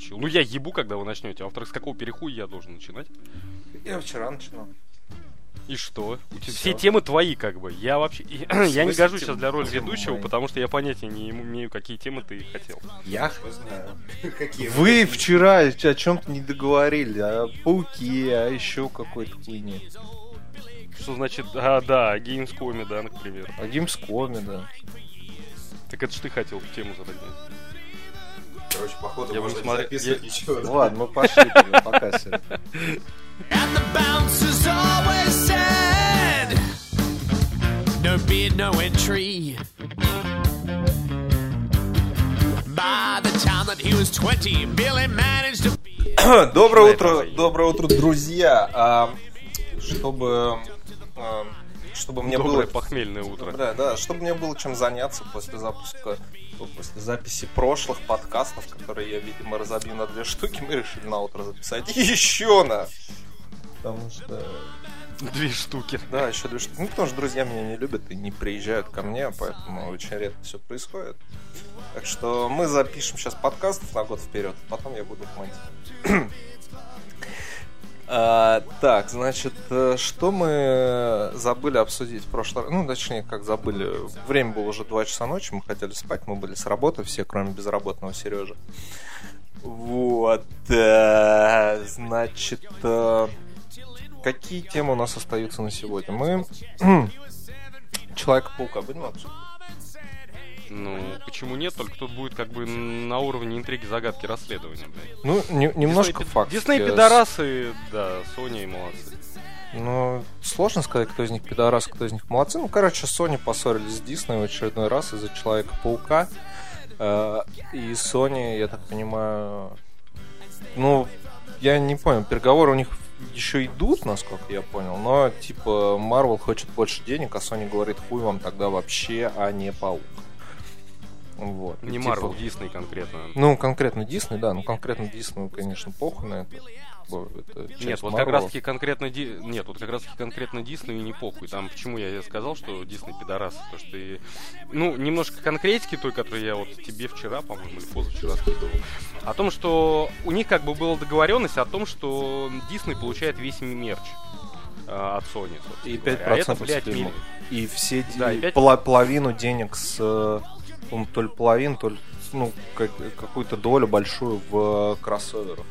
включил. Ну, я ебу, когда вы начнете. А во-вторых, с какого перехуя я должен начинать? Я вчера начинал. И что? Все темы твои, как бы. Я вообще... Я не гожусь сейчас для роли ведущего, потому что я понятия не имею, какие темы ты хотел. Я знаю. Вы вчера о чем-то не договорили. О пауке, а еще какой-то хуйне. Что значит... да, о Gamescom, да, например. О Gamescom, да. Так это ж ты хотел тему задать. Короче, походу, я можно не записывать ничего. Ладно, мы пошли тогда, пока себе. And the bouncers always said, no bid, no entry. By the time that he was 20, Billy managed to... Доброе утро, друзья. Чтобы мне Доброе было... похмельное утро. Да, чтобы мне было чем заняться после записи прошлых подкастов, которые я, видимо, разобью на 2 штуки, мы решили на утро записать еще на... Потому что... 2 штуки. Да, еще 2 штуки. Ну, потому что друзья меня не любят и не приезжают ко мне, поэтому очень редко все происходит. Так что мы запишем сейчас подкастов на год вперед, потом я буду их монтировать. Так, значит, что мы забыли обсудить в прошлый раз? Ну, точнее, как забыли. Время было уже 2 часа ночи, мы хотели спать, мы были с работы все, кроме безработного Сережи. Вот, значит, какие темы у нас остаются на сегодня? Мы Человека-паука будем обсуждать? Ну, почему нет? Только тут будет как бы на уровне интриги, загадки, расследования, блядь. Ну, немножко факт. Дисней пидорасы, да, Sony молодцы. Ну, сложно сказать, кто из них пидорасы, кто из них молодцы. Ну, короче, Sony поссорились с Disney в очередной раз из-за Человека-паука. И Sony, я так понимаю... Ну, я не понял, переговоры у них еще идут, насколько я понял. Но, типа, Marvel хочет больше денег, а Sony говорит, хуй вам тогда вообще, а не Паук. Вот. Не типа, Marvel, Disney конкретно. Ну, конкретно Disney, да. Ну, конкретно Disney, конечно, похуй на это. Нет, вот как раз таки конкретно Нет, вот как раз таки конкретно Disney не похуй. Там почему я сказал, что Disney пидорас, то что ну, немножко конкретики той, которую я вот тебе вчера, по-моему, или позавчера скидывал, о том, что у них как бы была договоренность о том, что Disney получает весь мерч от Sony. И 5% с фильма. И все да, половину денег с... То ли половину, то ли какую-то долю большую в кроссоверах.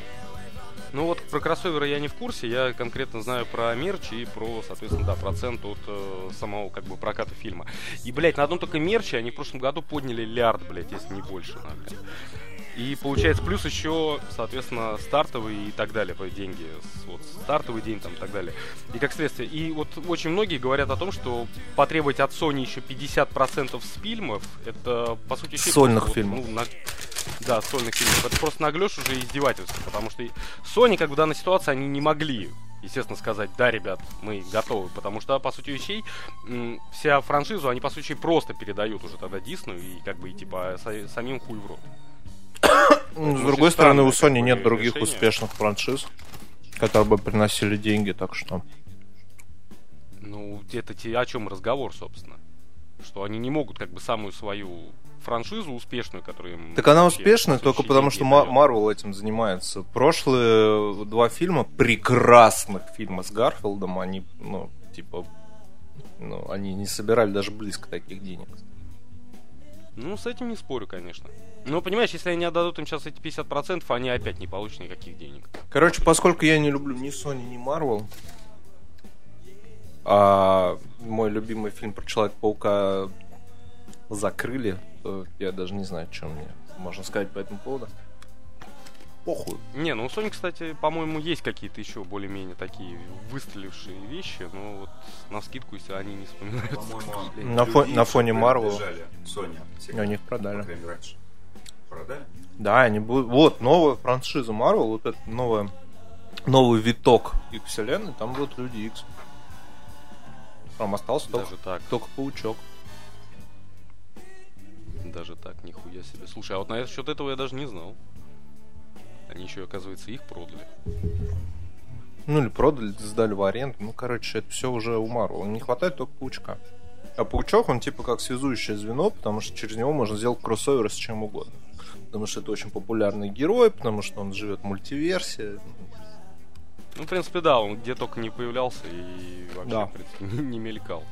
Ну вот про кроссоверы я не в курсе, я конкретно знаю про мерч и про, соответственно, да, процент от самого как бы проката фильма. И, блядь, на одном только мерче они в прошлом году подняли миллиард, блядь, если не больше. Блядь. И получается плюс еще, соответственно, стартовые и так далее, деньги, вот, стартовый день там и так далее. И как следствие, и вот очень многие говорят о том, что потребовать от Sony еще 50% с фильмов, это, по сути, сольных вот, фильмов. Ну, да, сольных фильмов. Это просто наглешь уже издевательство, потому что Sony, как бы в данной ситуации, они не могли, естественно, сказать, да, ребят, мы готовы, потому что, по сути вещей, вся франшизу, они, по сути, просто передают уже тогда Disney и, как бы, и, типа, самим хуй в рот. С другой стороны, у Sony нет других успешных франшиз, которые бы приносили деньги, так что... Ну, это о чем разговор, собственно? Что они не могут как бы самую свою франшизу успешную, которую им... Так она успешная только потому, что Marvel этим занимается. Прошлые 2 фильма, прекрасных фильма с Гарфилдом, они, они не собирали даже близко таких денег. Ну, с этим не спорю, конечно. Но, понимаешь, если они отдадут им сейчас эти 50%, они опять не получат никаких денег. Короче, поскольку я не люблю ни Sony, ни Marvel, а мой любимый фильм про Человека-паука закрыли, то я даже не знаю, что мне можно сказать по этому поводу. Похуй. Не, ну у Sony, кстати, по-моему, есть какие-то еще более-менее такие выстрелившие вещи, но вот навскидку, если они не вспоминаются. По-моему, на фоне Marvel Sony. Они их продали. Продали? Да, они будут. Вот, новая франшиза Marvel, вот это новый виток их вселенной, там будут Люди Икс. Там остался только Паучок. Даже так, нихуя себе. Слушай, а вот на счет этого я даже не знал. Они еще, оказывается, их продали. Ну или продали, сдали в аренду. Ну, короче, это все уже у Marvel. Не хватает только Паучка. А Паучок, он типа как связующее звено, потому что через него можно сделать кроссоверы с чем угодно. потому что это очень популярный герой, потому что он живет в мультиверсе. Ну, в принципе, да, он где только не появлялся и вообще, Да. в принципе, не мелькал.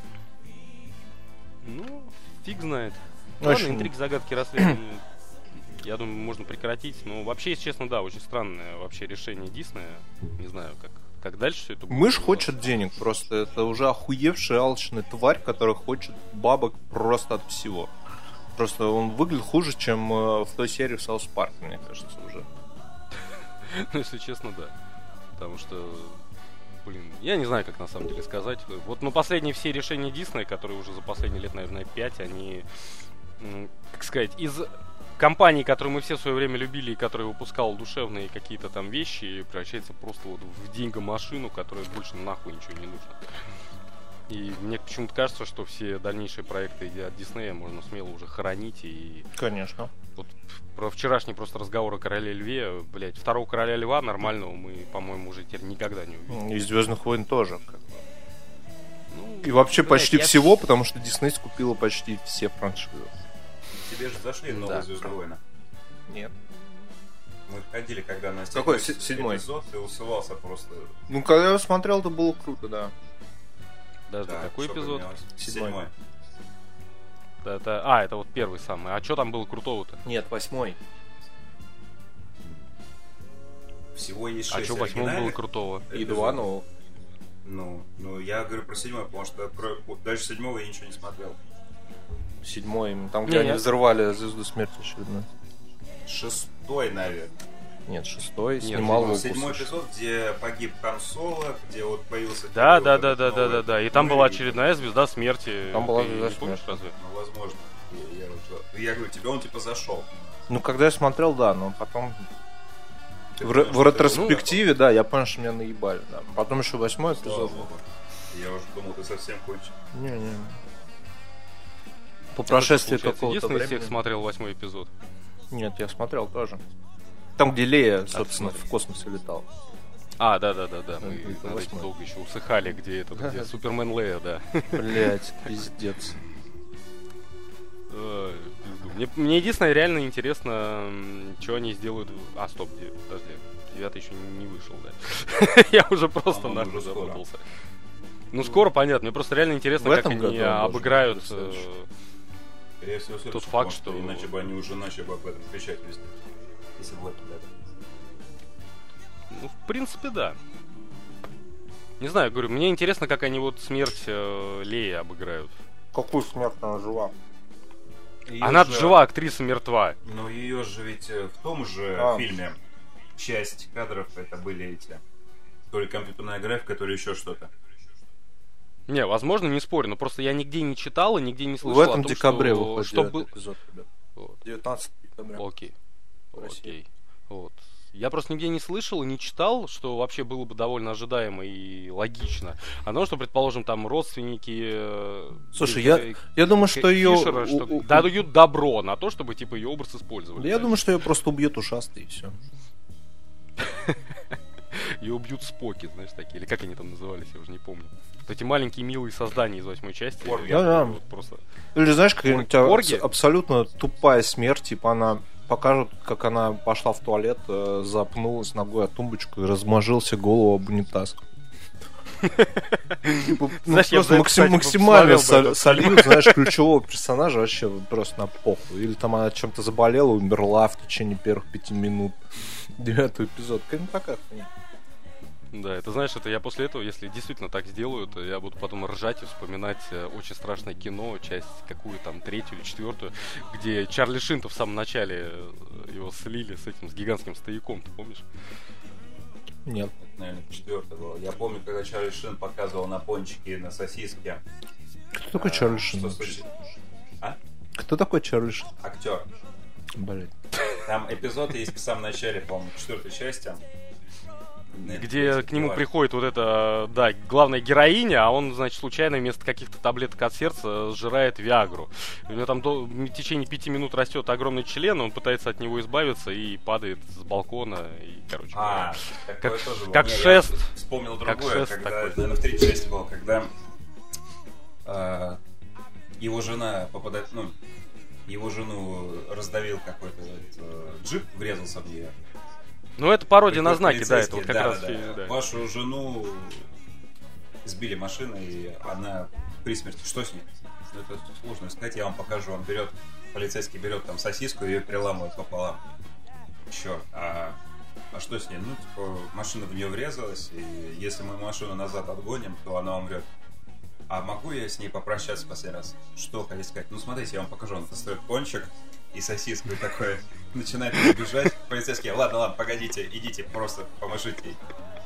Ну, фиг знает. Ладно, Очень- интриги, загадки, расследования, я думаю, можно прекратить. Но вообще, если честно, да, очень странное вообще решение Диснея. Не знаю, как дальше все это будет. Мышь развиваться. хочет денег просто. Это уже охуевшая алчная тварь, которая хочет бабок просто от всего. Просто он выглядит хуже, чем в той серии в Саус Парке, мне кажется, уже. Ну, если честно, да. Потому что, блин, я не знаю, как на самом деле сказать. Вот, ну, последние все решения Диснея, которые уже за последние лет, наверное, 5, они, как сказать, из компаний, которые мы все в свое время любили и которые выпускал душевные какие-то там вещи, превращается просто вот в деньгомашину, которая больше нахуй ничего не нужно. И мне почему-то кажется, что все дальнейшие проекты от Диснея можно смело уже хоронить. И Конечно. вот про вчерашний просто разговор о Короле Льве, блять, второго Короля Льва нормального мы, по-моему, уже теперь никогда не увидим. И Звездных войн тоже. Ну, И вообще блядь, почти я- всего, потому что Дисней скупила почти все франшизы. Тебе же зашли новые Да. «Звездные войны». Нет. Мы ходили, когда на Какой? седьмой Седьмой? эпизод, ты усывался просто. Ну, когда я смотрел, это было круто, да. Даже Да, какой что эпизод? поменялось? Седьмой. Это вот первый самый. А что там было крутого-то? Нет, 8. Всего есть 6 А что в восьмом было крутого? И 2 новых. Ну, я говорю про 7, потому что дальше 7 я ничего не смотрел. 7, там, где Не, они нет. взорвали Звезду Смерти очередной. 6, наверное. Нет, 6 снимал седьмой. Лукас. 7 эпизод, где погиб Хан Соло, где вот появился... Да. И там Ну, была очередная звезда смерти. Там была Ты звезда не помнишь, смерти. разве? Ну, возможно. Я говорю, тебе он типа зашел. Ну, когда я смотрел, да, но потом... Ты В, понял, в что ретроспективе, да, я понял, что меня наебали, да. Потом еще 8 Слава эпизод. богу. Я уже думал, ты совсем кончил. Не-не. По прошествии Получается, какого-то единственный из всех времени... смотрел 8 эпизод. Нет, я смотрел тоже. Там, где Лея, собственно, в космосе летал. А, да. Мы Это над этим 8. долго еще усыхали, где где Супермен Лея, да. Блять, пиздец. Ой, пизду. Мне единственное реально интересно, что они сделают... А, стоп, подожди. 9 еще не вышел, да. Я уже просто По-моему, нахуй уже скоро. запутался. Ну, скоро, понятно. Мне просто реально интересно, В как этом они году он должен обыграют... быть следующий. Скорее всего, Тот следующий, факт, потому что- иначе бы они уже начали бы об этом кричать везде. Если бы это Ну, в принципе, да. Не знаю, говорю, мне интересно, как они вот смерть Леи обыграют. Какую смерть она жива? Она жива, актриса мертва. Но ее же ведь в том же фильме часть кадров это были эти. То ли компьютерная графика, то ли еще что-то. Не, возможно, не спорю, но просто я нигде не читал и нигде не слышал В этом о том, декабре что, выходит что 9 был... эпизод, ребят. Вот. 19 декабря. Окей. В России. Окей. Вот. Я просто нигде не слышал и не читал, что вообще было бы довольно ожидаемо и логично. А то, что, предположим, там родственники... Слушай, я думаю, что ее... Фишера, что дают добро на то, чтобы типа ее образ использовали. Я думаю, что ее просто убьет ушастый и все. Ее убьют Споки, знаешь, такие. Или как они там назывались, я уже не помню. Вот эти маленькие милые создания из 8 части. Порги. Да-да. Вот просто... Или знаешь, какая-нибудь Порги? абсолютно тупая смерть, типа она покажут, как она пошла в туалет, запнулась ногой о тумбочку и размажился голову об унитаз. Типа, ну, Знаешь, я просто бы, кстати, максимально посмотрел бы это. сольют, знаешь, ключевого персонажа вообще просто на похуй. Или там она чем-то заболела, умерла в течение первых 5 минут. 9 эпизод. Какая-нибудь такая хуйня. Да, это знаешь, это я после этого, если действительно так сделают, я буду потом ржать и вспоминать очень страшное кино, часть какую там, 3-ю или 4-ю, где Чарли Шин-то в самом начале его слили с этим, с гигантским стояком, ты помнишь? Нет. Это, наверное, 4 было. Я помню, когда Чарли Шин показывал на пончики, на сосиски. Кто такой Чарли Шин? Что случилось? Кто такой Чарли Шин? Актер. Блин. Там эпизод есть в самом начале, по-моему, 4 части. Где к нему приходит вот эта, да, главная героиня, а он, значит, случайно вместо каких-то таблеток от сердца сжирает Виагру. У него там в течение 5 минут растет огромный член, он пытается от него избавиться и падает с балкона, и, короче говоря, такое тоже было. как Не, шест. Я вспомнил Как другое, шест когда, такой. наверное, в 3 части было, когда его жена попадает, ну, его жену раздавил какой-то джип, врезался в нее. Ну, это пародия на знаки, да, это вот как раз... Да. Вашу жену сбили машиной, и она при смерти. Что с ней? Ну, это сложно сказать, я вам покажу. Он берет, полицейский берет там сосиску и ее переламывает пополам. Черт, а что с ней? Ну, типа, машина в нее врезалась, и если мы машину назад отгоним, то она умрет. А могу я с ней попрощаться в последний раз? Что хотите сказать? Ну, смотрите, я вам покажу. Он достает пончик и сосиску, и такое начинает бежать. Полицейский: ладно, погодите, идите, просто помашите ей.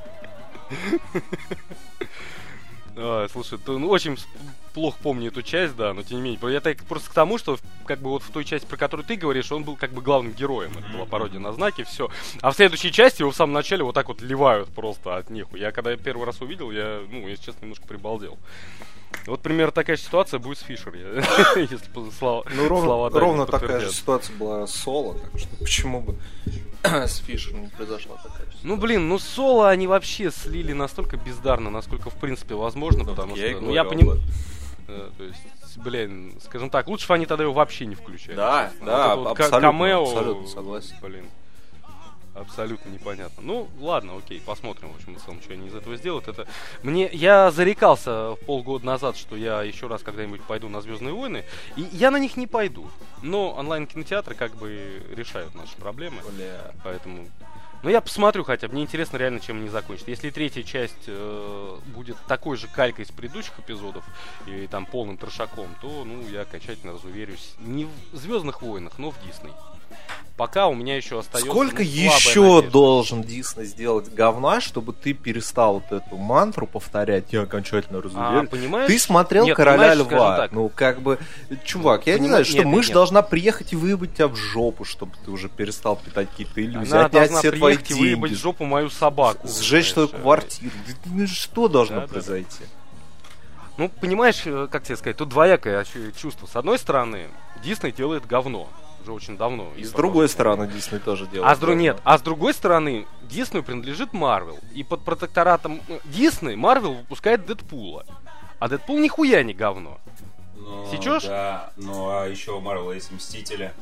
Слушай, ты очень плохо помню эту часть, да, но тем не менее. Я так просто к тому, что как бы вот в той части, про которую ты говоришь, он был как бы главным героем. Это была пародия на знаки, все. А в следующей части его в самом начале вот так вот ливают просто от неху. Я когда первый раз увидел, я, если честно, немножко прибалдел. Вот примерно такая же ситуация будет с Фишер, если слова ровно такая же ситуация была с Соло, так что почему бы с Фишером не произошла такая же ситуация? Соло они вообще слили настолько бездарно, насколько в принципе возможно, потому что, я понимаю, то есть, скажем так, лучше бы они тогда его вообще не включали. Да, абсолютно согласен. Абсолютно непонятно. Ну, ладно, окей, посмотрим, в общем, в целом, что они из этого сделают. Я зарекался полгода назад, что я еще раз когда-нибудь пойду на «Звездные войны», и я на них не пойду. Но онлайн-кинотеатры как бы решают наши проблемы. Поэтому... я посмотрю хотя бы, мне интересно реально, чем они закончат. Если третья часть будет такой же калькой из предыдущих эпизодов и там полным трешаком, то, я окончательно разуверюсь не в «Звездных войнах», но в Дисней. Пока у меня еще остается... Сколько еще должен Дисней сделать говна, чтобы ты перестал вот эту мантру повторять? Я окончательно разуверен. Ты смотрел «Короля льва». Чувак, я не знаю, что мышь должна приехать и выебать тебя в жопу, чтобы ты уже перестал питать какие-то иллюзии. Она должна приехать и выебать в жопу мою собаку. Сжечь твою квартиру. Что должно произойти? Понимаешь, как тебе сказать, тут двоякое чувство. С одной стороны, Дисней делает говно. Уже очень давно. И с другой стороны, Дисней тоже делает. А с другой стороны, Диснею принадлежит Марвел. И под протекторатом Дисней Марвел выпускает Дэдпула. А Дэдпул нихуя не говно. Сечешь? Да, а еще у Марвела есть Мстители.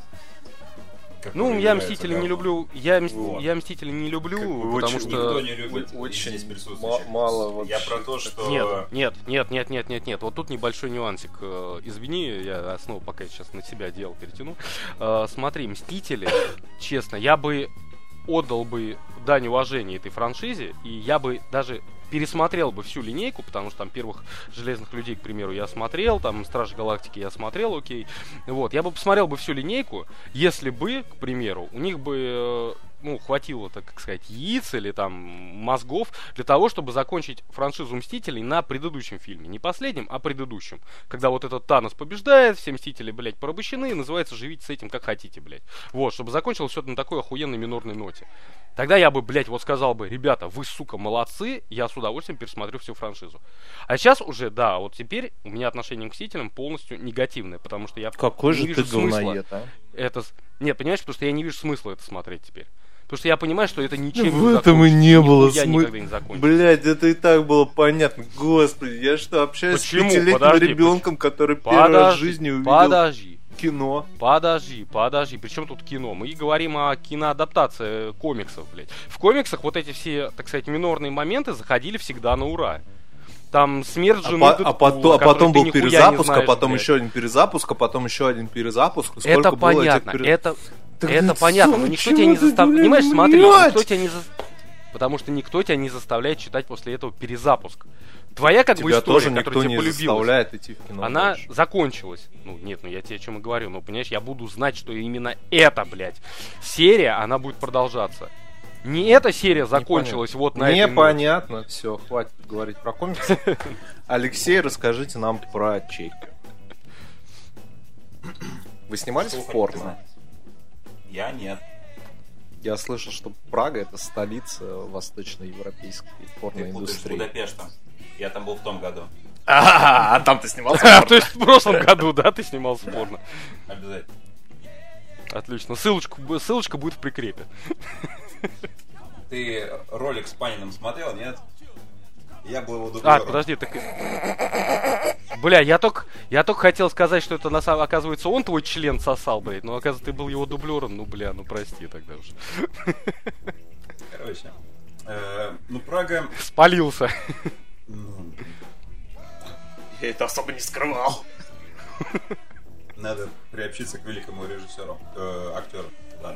Я Мстители не люблю. Я Мстители не люблю, потому что... Никто не любит очень здесь присутствующих. Мало. Я про то, что... Нет. Вот тут небольшой нюансик. Извини, я снова пока сейчас на себя дело перетяну. Смотри, Мстители, честно, я бы отдал бы дань уважения этой франшизе, и я бы даже пересмотрел бы всю линейку, потому что там первых «Железных людей», к примеру, я смотрел, там «Стражи Галактики» я смотрел, окей. Я бы посмотрел бы всю линейку, если бы, к примеру, у них бы хватило, так сказать, яиц или там мозгов для того, чтобы закончить франшизу Мстителей на предыдущем фильме. Не последнем, а предыдущем. Когда вот этот Танос побеждает, все Мстители, блядь, порабощены, и называется «Живите с этим как хотите», блядь. Чтобы закончилось все на такой охуенной минорной ноте. Тогда я бы, блядь, сказал бы: ребята, вы, сука, молодцы, я с удовольствием пересмотрю всю франшизу. А сейчас уже, да, вот теперь у меня отношение к Мстителям полностью негативное, потому что я не вижу смысла. Нет, понимаешь, потому что я не вижу смысла это смотреть теперь. Потому что я понимаю, что это ничем не закончится. В этом и не было смысла. Блядь, это и так было понятно. Господи, я что, общаюсь с 5-летним ребенком, который первый раз в жизни увидел кино? Подожди. Причем тут кино? Мы говорим о киноадаптации комиксов, блядь. В комиксах вот эти все, так сказать, минорные моменты заходили всегда на ура. Там смерть жены а потом был перезапуск, а потом еще один перезапуск, а потом еще один перезапуск. Это понятно, это понятно, но никто тебя не заставляет. Понимаешь, смотри, потому что никто тебя не заставляет читать после этого перезапуск. Твоя как бы история, которая тебе полюбилась, идти в кино она дальше. Закончилась. Я тебе о чем и говорю. Но, понимаешь, я буду знать, что именно эта, блядь, серия, она будет продолжаться. Не эта серия закончилась вот на этой Непонятно. Все, хватит говорить про комиксы. Алексей, расскажите нам про Чехию. Вы снимались в порно? Я нет. Я слышал, что Прага — это столица восточноевропейской порноиндустрии. Ты путаешь с Будапештом. Я там был в том году. А там ты снимался в порно? То есть в прошлом году, да, ты снимался в порно? Обязательно. Отлично. Ссылочка будет в прикрепе. Ты ролик с Паниным смотрел, нет? Я был его дублером. Подожди, так... Бля, я только хотел сказать, что это оказывается он твой член сосал, блядь. Но оказывается, ты был его дублером. Ну, бля, ну прости тогда уже. Короче. Прага... Спалился. Я это особо не скрывал. Надо приобщиться к великому режиссеру, актеру. Ладно.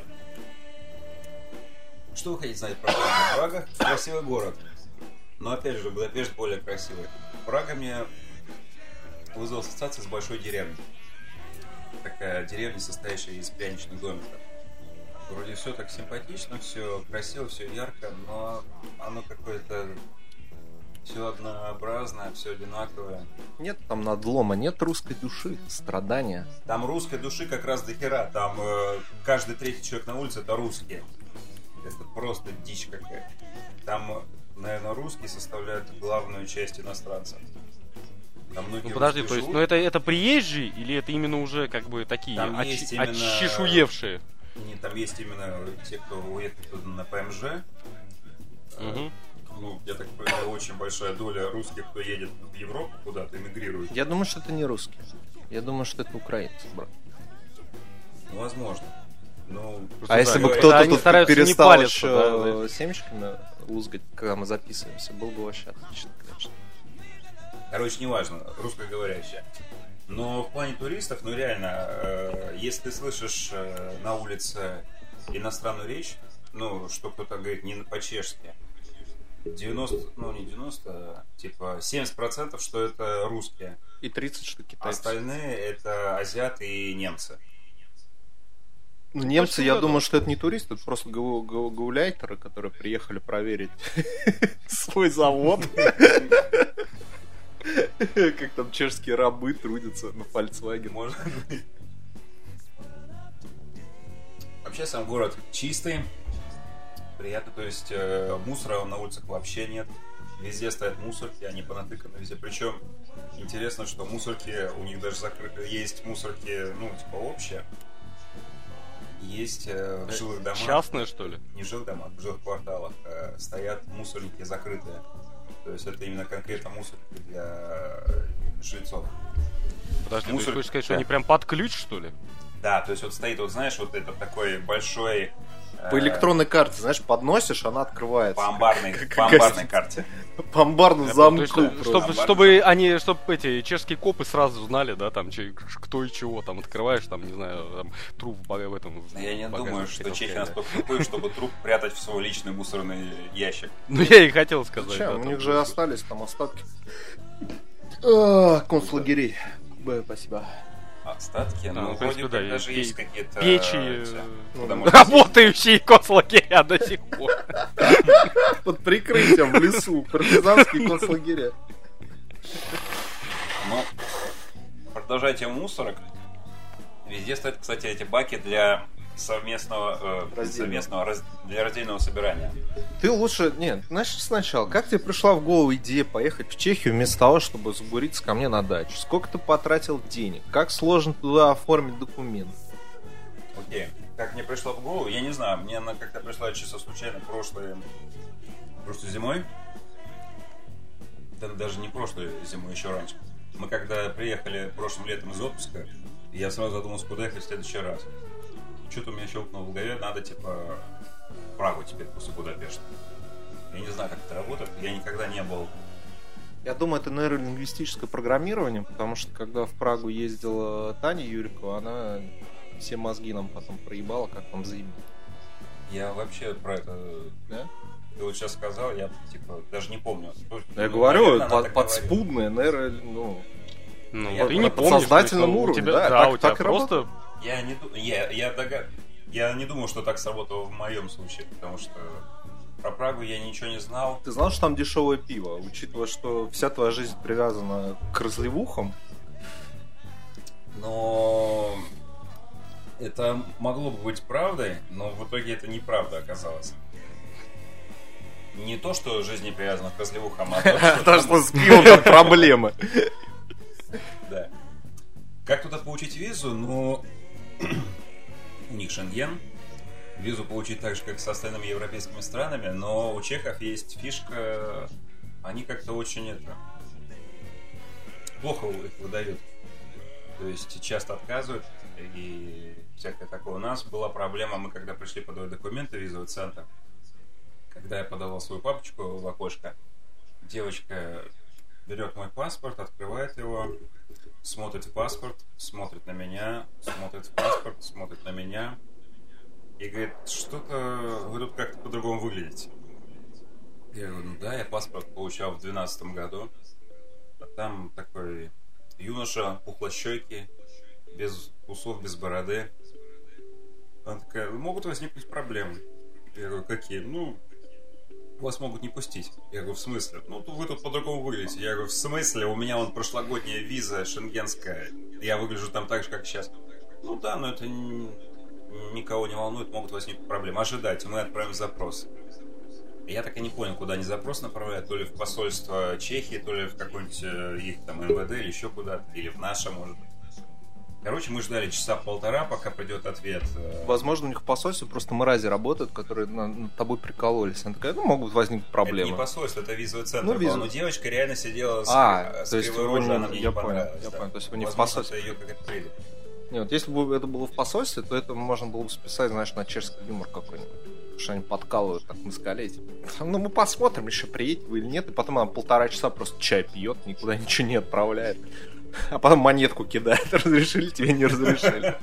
Что вы хотите знать про Прагу? Прага — красивый город. Но опять же, Будапешт более красивый. Прага мне вызвала ассоциации с большой деревней. Такая деревня, состоящая из пряничных домиков. Вроде все так симпатично, все красиво, все ярко, но оно какое-то все однообразное, все одинаковое. Нет там надлома, нет русской души, страдания. Там русской души как раз до хера. Там каждый третий человек на улице — это русские. Это просто дичь какая-то. Там, наверное, русские составляют главную часть иностранцев. Ну подожди, то есть, это приезжие или это именно уже как бы такие очешуевшие? Нет, там есть именно те, кто уехал туда на ПМЖ. Ну, я так понимаю, очень большая доля русских, кто едет в Европу куда-то, эмигрирует. Я думаю, что это не русские. Я думаю, что это украинцы, брат. Ну, возможно. Ну, а если бы кто-то тут перестал еще семечками лузгать, когда мы записываемся, был бы вообще отлично, конечно. Короче, неважно, русскоговорящая. Но в плане туристов, ну реально, если ты слышишь на улице иностранную речь, ну, что кто-то говорит не по-чешски, 70%, что это русские. И 30, что китайцы. Остальные это азиаты и немцы. Ну, немцы, я думаю, что это не туристы, это просто гауляйтеры, которые приехали проверить свой завод. Как там чешские рабы трудятся на Volkswagen. Может быть. Вообще сам город чистый, приятно, то есть мусора на улицах вообще нет. Везде стоят мусорки, они понатыканы везде. Причем интересно, что мусорки, у них даже закрыты, есть мусорки, ну, типа общие. Есть в жилых домах. Частные, что ли? Не в жилых домах, в жилых кварталах стоят мусорники закрытые. То есть это именно конкретно мусорки для жильцов. Подожди, ты хочешь сказать, что они прям под ключ, что ли? Да, то есть вот стоит, вот знаешь, вот этот такой большой... По электронной карте, знаешь, подносишь, она открывается. По амбарной карте. По амбарному замку. Чтобы эти чешские копы сразу знали, да, там, кто и чего, там, открываешь, там, не знаю, там, труп в этом... Я не думаю, что чехи настолько тупые, чтобы труп прятать в свой личный мусорный ящик. Ну, я и хотел сказать. Зачем? У них же остались там остатки концлагерей. Спасибо. Остатки, ну, в принципе, да, даже есть какие-то печи, работающие концлагеря до сих пор. Под прикрытием в лесу, партизанские концлагеря. Ну, продолжайте мусорок. Везде стоят, кстати, эти баки для совместного для раздельного собирания. Ты лучше... Нет, знаешь, сначала, как тебе пришла в голову идея поехать в Чехию вместо того, чтобы забуриться ко мне на дачу? Сколько ты потратил денег? Как сложно туда оформить документ? Окей. Как мне пришло в голову, я не знаю. Мне она как-то пришла чисто случайно прошлой зимой. Да, даже не прошлой зимой, еще раньше. Мы когда приехали прошлым летом из отпуска, я сразу задумался, куда ехать в следующий раз. Что-то у меня щелкнуло в голове, надо типа в Прагу теперь после Будапешта. Я не знаю, как это работает, я никогда не был. Я думаю, это нейролингвистическое программирование, потому что когда в Прагу ездила Таня Юрикова, она все мозги нам потом проебала, как там заебать. Я вообще про это... Да? Ты вот сейчас сказал, я типа даже не помню. Я говорю, подспудное нейро... ты не помнишь, подсознательном уровне, да, у тебя просто... Я не думаю, что так сработало в моем случае, потому что про Прагу я ничего не знал. Ты знал, что там дешевое пиво, учитывая, что вся твоя жизнь привязана к разливухам? Но это могло бы быть правдой, но в итоге это неправда оказалось. Не то, что жизнь не привязана к разливухам, а то, что с пивом проблемы. Да. Как туда получить визу? Ну, у них Шенген. Визу получить так же, как с остальными европейскими странами, но у чехов есть фишка они как-то очень плохо их выдают. То есть часто отказывают и всякое такое. У нас была проблема, мы когда пришли подавать документы в визовый центр, когда я подавал свою папочку в окошко, девочка берет мой паспорт, открывает его, смотрит в паспорт, смотрит на меня, смотрит в паспорт, смотрит на меня и говорит, что-то вы тут как-то по-другому выглядите. Я говорю, ну да, я паспорт получал в 2012 году, а там такой юноша, пухлощёкий, без усов, без бороды. Она такая, могут возникнуть проблемы. Я говорю, какие? Ну, вас могут не пустить. Я говорю, в смысле? Ну, вы тут по-другому выглядите. Я говорю, в смысле? У меня вон прошлогодняя виза шенгенская. Я выгляжу там так же, как сейчас. Ну да, но это никого не волнует, могут возникнуть проблемы. Ожидайте, мы отправим запрос. Я так и не понял, куда они запрос направляют. То ли в посольство Чехии, то ли в какой-нибудь их там МВД или еще куда-то. Или в наше, может быть. Короче, мы ждали часа полтора, пока придет ответ. Возможно, у них в посольстве просто мрази работают, которые над тобой прикололись. Она такая, ну, могут возникнуть проблемы. Это не посольство, это визовый центр. Ну, но девочка реально сидела с то есть кривой рожей, она мне не понравилась. Я понял, то есть вы не в Возможно, посольстве. это ее какая-то прелесть. Нет, если бы это было в посольстве, то это можно было бы списать, знаешь, на чешский юмор какой-нибудь. Потому что они подкалывают так на скале. Типа, ну, мы посмотрим, еще приедете вы или нет. И потом она 1,5 часа просто чай пьет, никуда ничего не отправляет. А потом монетку кидает. Разрешили, тебе не разрешили.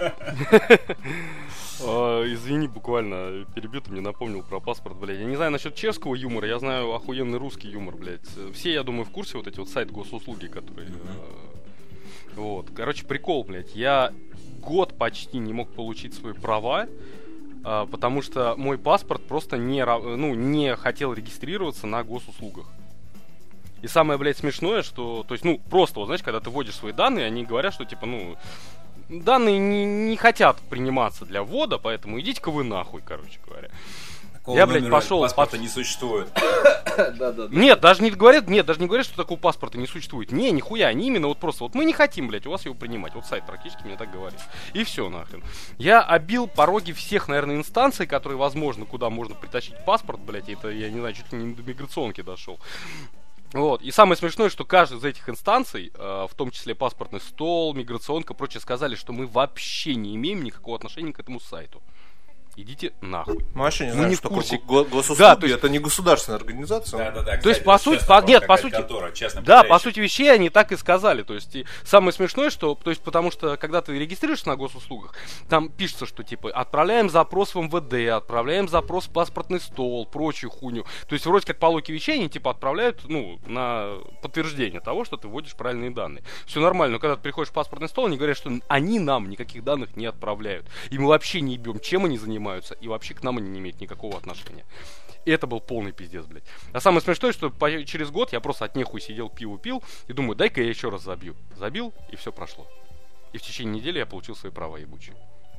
Извини, буквально перебью, ты мне напомнил про паспорт, блядь. Я не знаю насчет чешского юмора, я знаю охуенный русский юмор, блядь. Все, я думаю, в курсе вот эти вот сайт госуслуги, которые... Вот, короче, прикол, блядь. Я год почти не мог получить свои права, потому что мой паспорт просто не хотел регистрироваться на госуслугах. И самое, блядь, смешное, что... То есть, ну, просто, вот, знаешь, когда ты вводишь свои данные, они говорят, что, типа, ну... Данные не хотят приниматься для ввода, поэтому идите-ка вы нахуй, короче говоря. Такого я, блядь, пошел... Паспорта не существует. Нет, даже не говорят, что такого паспорта не существует. Не, нихуя, они именно вот просто... Вот мы не хотим, блядь, у вас его принимать. Вот сайт практически мне так говорит. И все, нахрен. Я обил пороги всех, наверное, инстанций, которые, возможно, куда можно притащить паспорт, блядь. Это, я не знаю, чуть ли не до миграционки дошел. Вот. И самое смешное, что каждая из этих инстанций, в том числе паспортный стол, миграционка, прочее, сказали, что мы вообще не имеем никакого отношения к этому сайту. Идите нахуй. Мы вообще не знаем, не что в курсе. госуслуги, Да, то есть... это не государственная организация. Да. То есть, по сути, нет, по сути, да, по сути вещей они так и сказали. То есть, и самое смешное, что, то есть, потому что, когда ты регистрируешься на госуслугах, там пишется, что, типа, отправляем запрос в МВД, отправляем запрос в паспортный стол, прочую хуйню. То есть, вроде как по логике вещей они, типа, отправляют, ну, на подтверждение того, что ты вводишь правильные данные. Все нормально, но когда ты приходишь в паспортный стол, они говорят, что они нам никаких данных не отправляют. И мы вообще не ебем, чем они занимаются. И вообще к нам они не имеют никакого отношения. И это был полный пиздец, блядь. А самое смешное, что через год я просто от нехуй сидел, пиво пил, и думаю, дай-ка я еще раз забью. Забил, и все прошло. И в течение недели я получил свои права ебучие.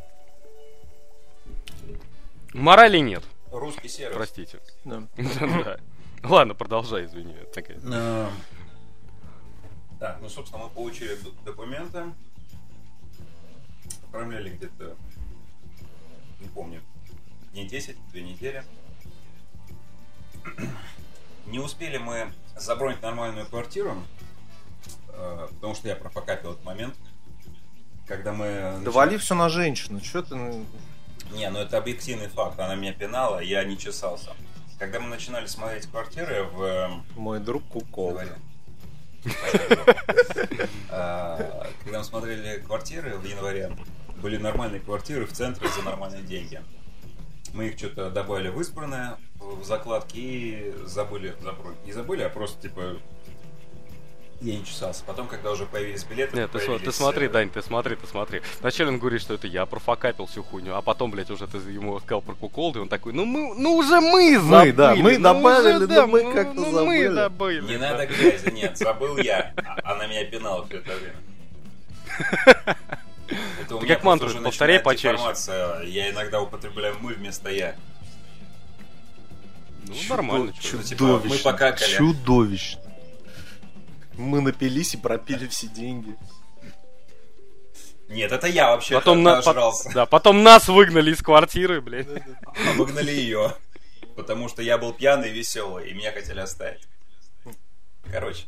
Морали нет. Русский сервис. Простите. Да. Ладно, продолжай, извини. Так, ну, собственно, мы получили документы. Отправляли где-то, не помню, дней 10, 2 недели. Не успели мы забронить нормальную квартиру, потому что я профокапил этот момент, когда мы... Да вали все на женщину, что ты... Не, ну это объективный факт, она меня пинала, я не чесался. Когда мы начинали смотреть квартиры в... Мой друг Кукол. Когда мы смотрели квартиры в январе, были нормальные квартиры в центре за нормальные деньги. Мы их что-то добавили в избранное, в закладки и забыли забронить. Не забыли, а просто типа я не чесался. Потом, когда уже появились билеты... Нет, ты смотри, Дань, ты смотри. Вначале он говорит, что это я профокапил всю хуйню, а потом, блядь, уже ты ему сказал про кукол, и он такой, уже мы забыли. Мы добавили, да мы как-то забыли. Не надо грязи, нет, забыл я. Она меня пинала все это время. Это у ты меня как мантру уже повторяй начинает почаще. Деформация. Я иногда употребляю мы вместо я. Ну, нормально. Чудовищно. Мы покакали. Чудовищно. Мы напились и пропили все деньги. Нет, это я вообще нажрался. Да, потом нас выгнали из квартиры, блядь. А выгнали ее. Потому что я был пьяный и веселый, и меня хотели оставить. Короче.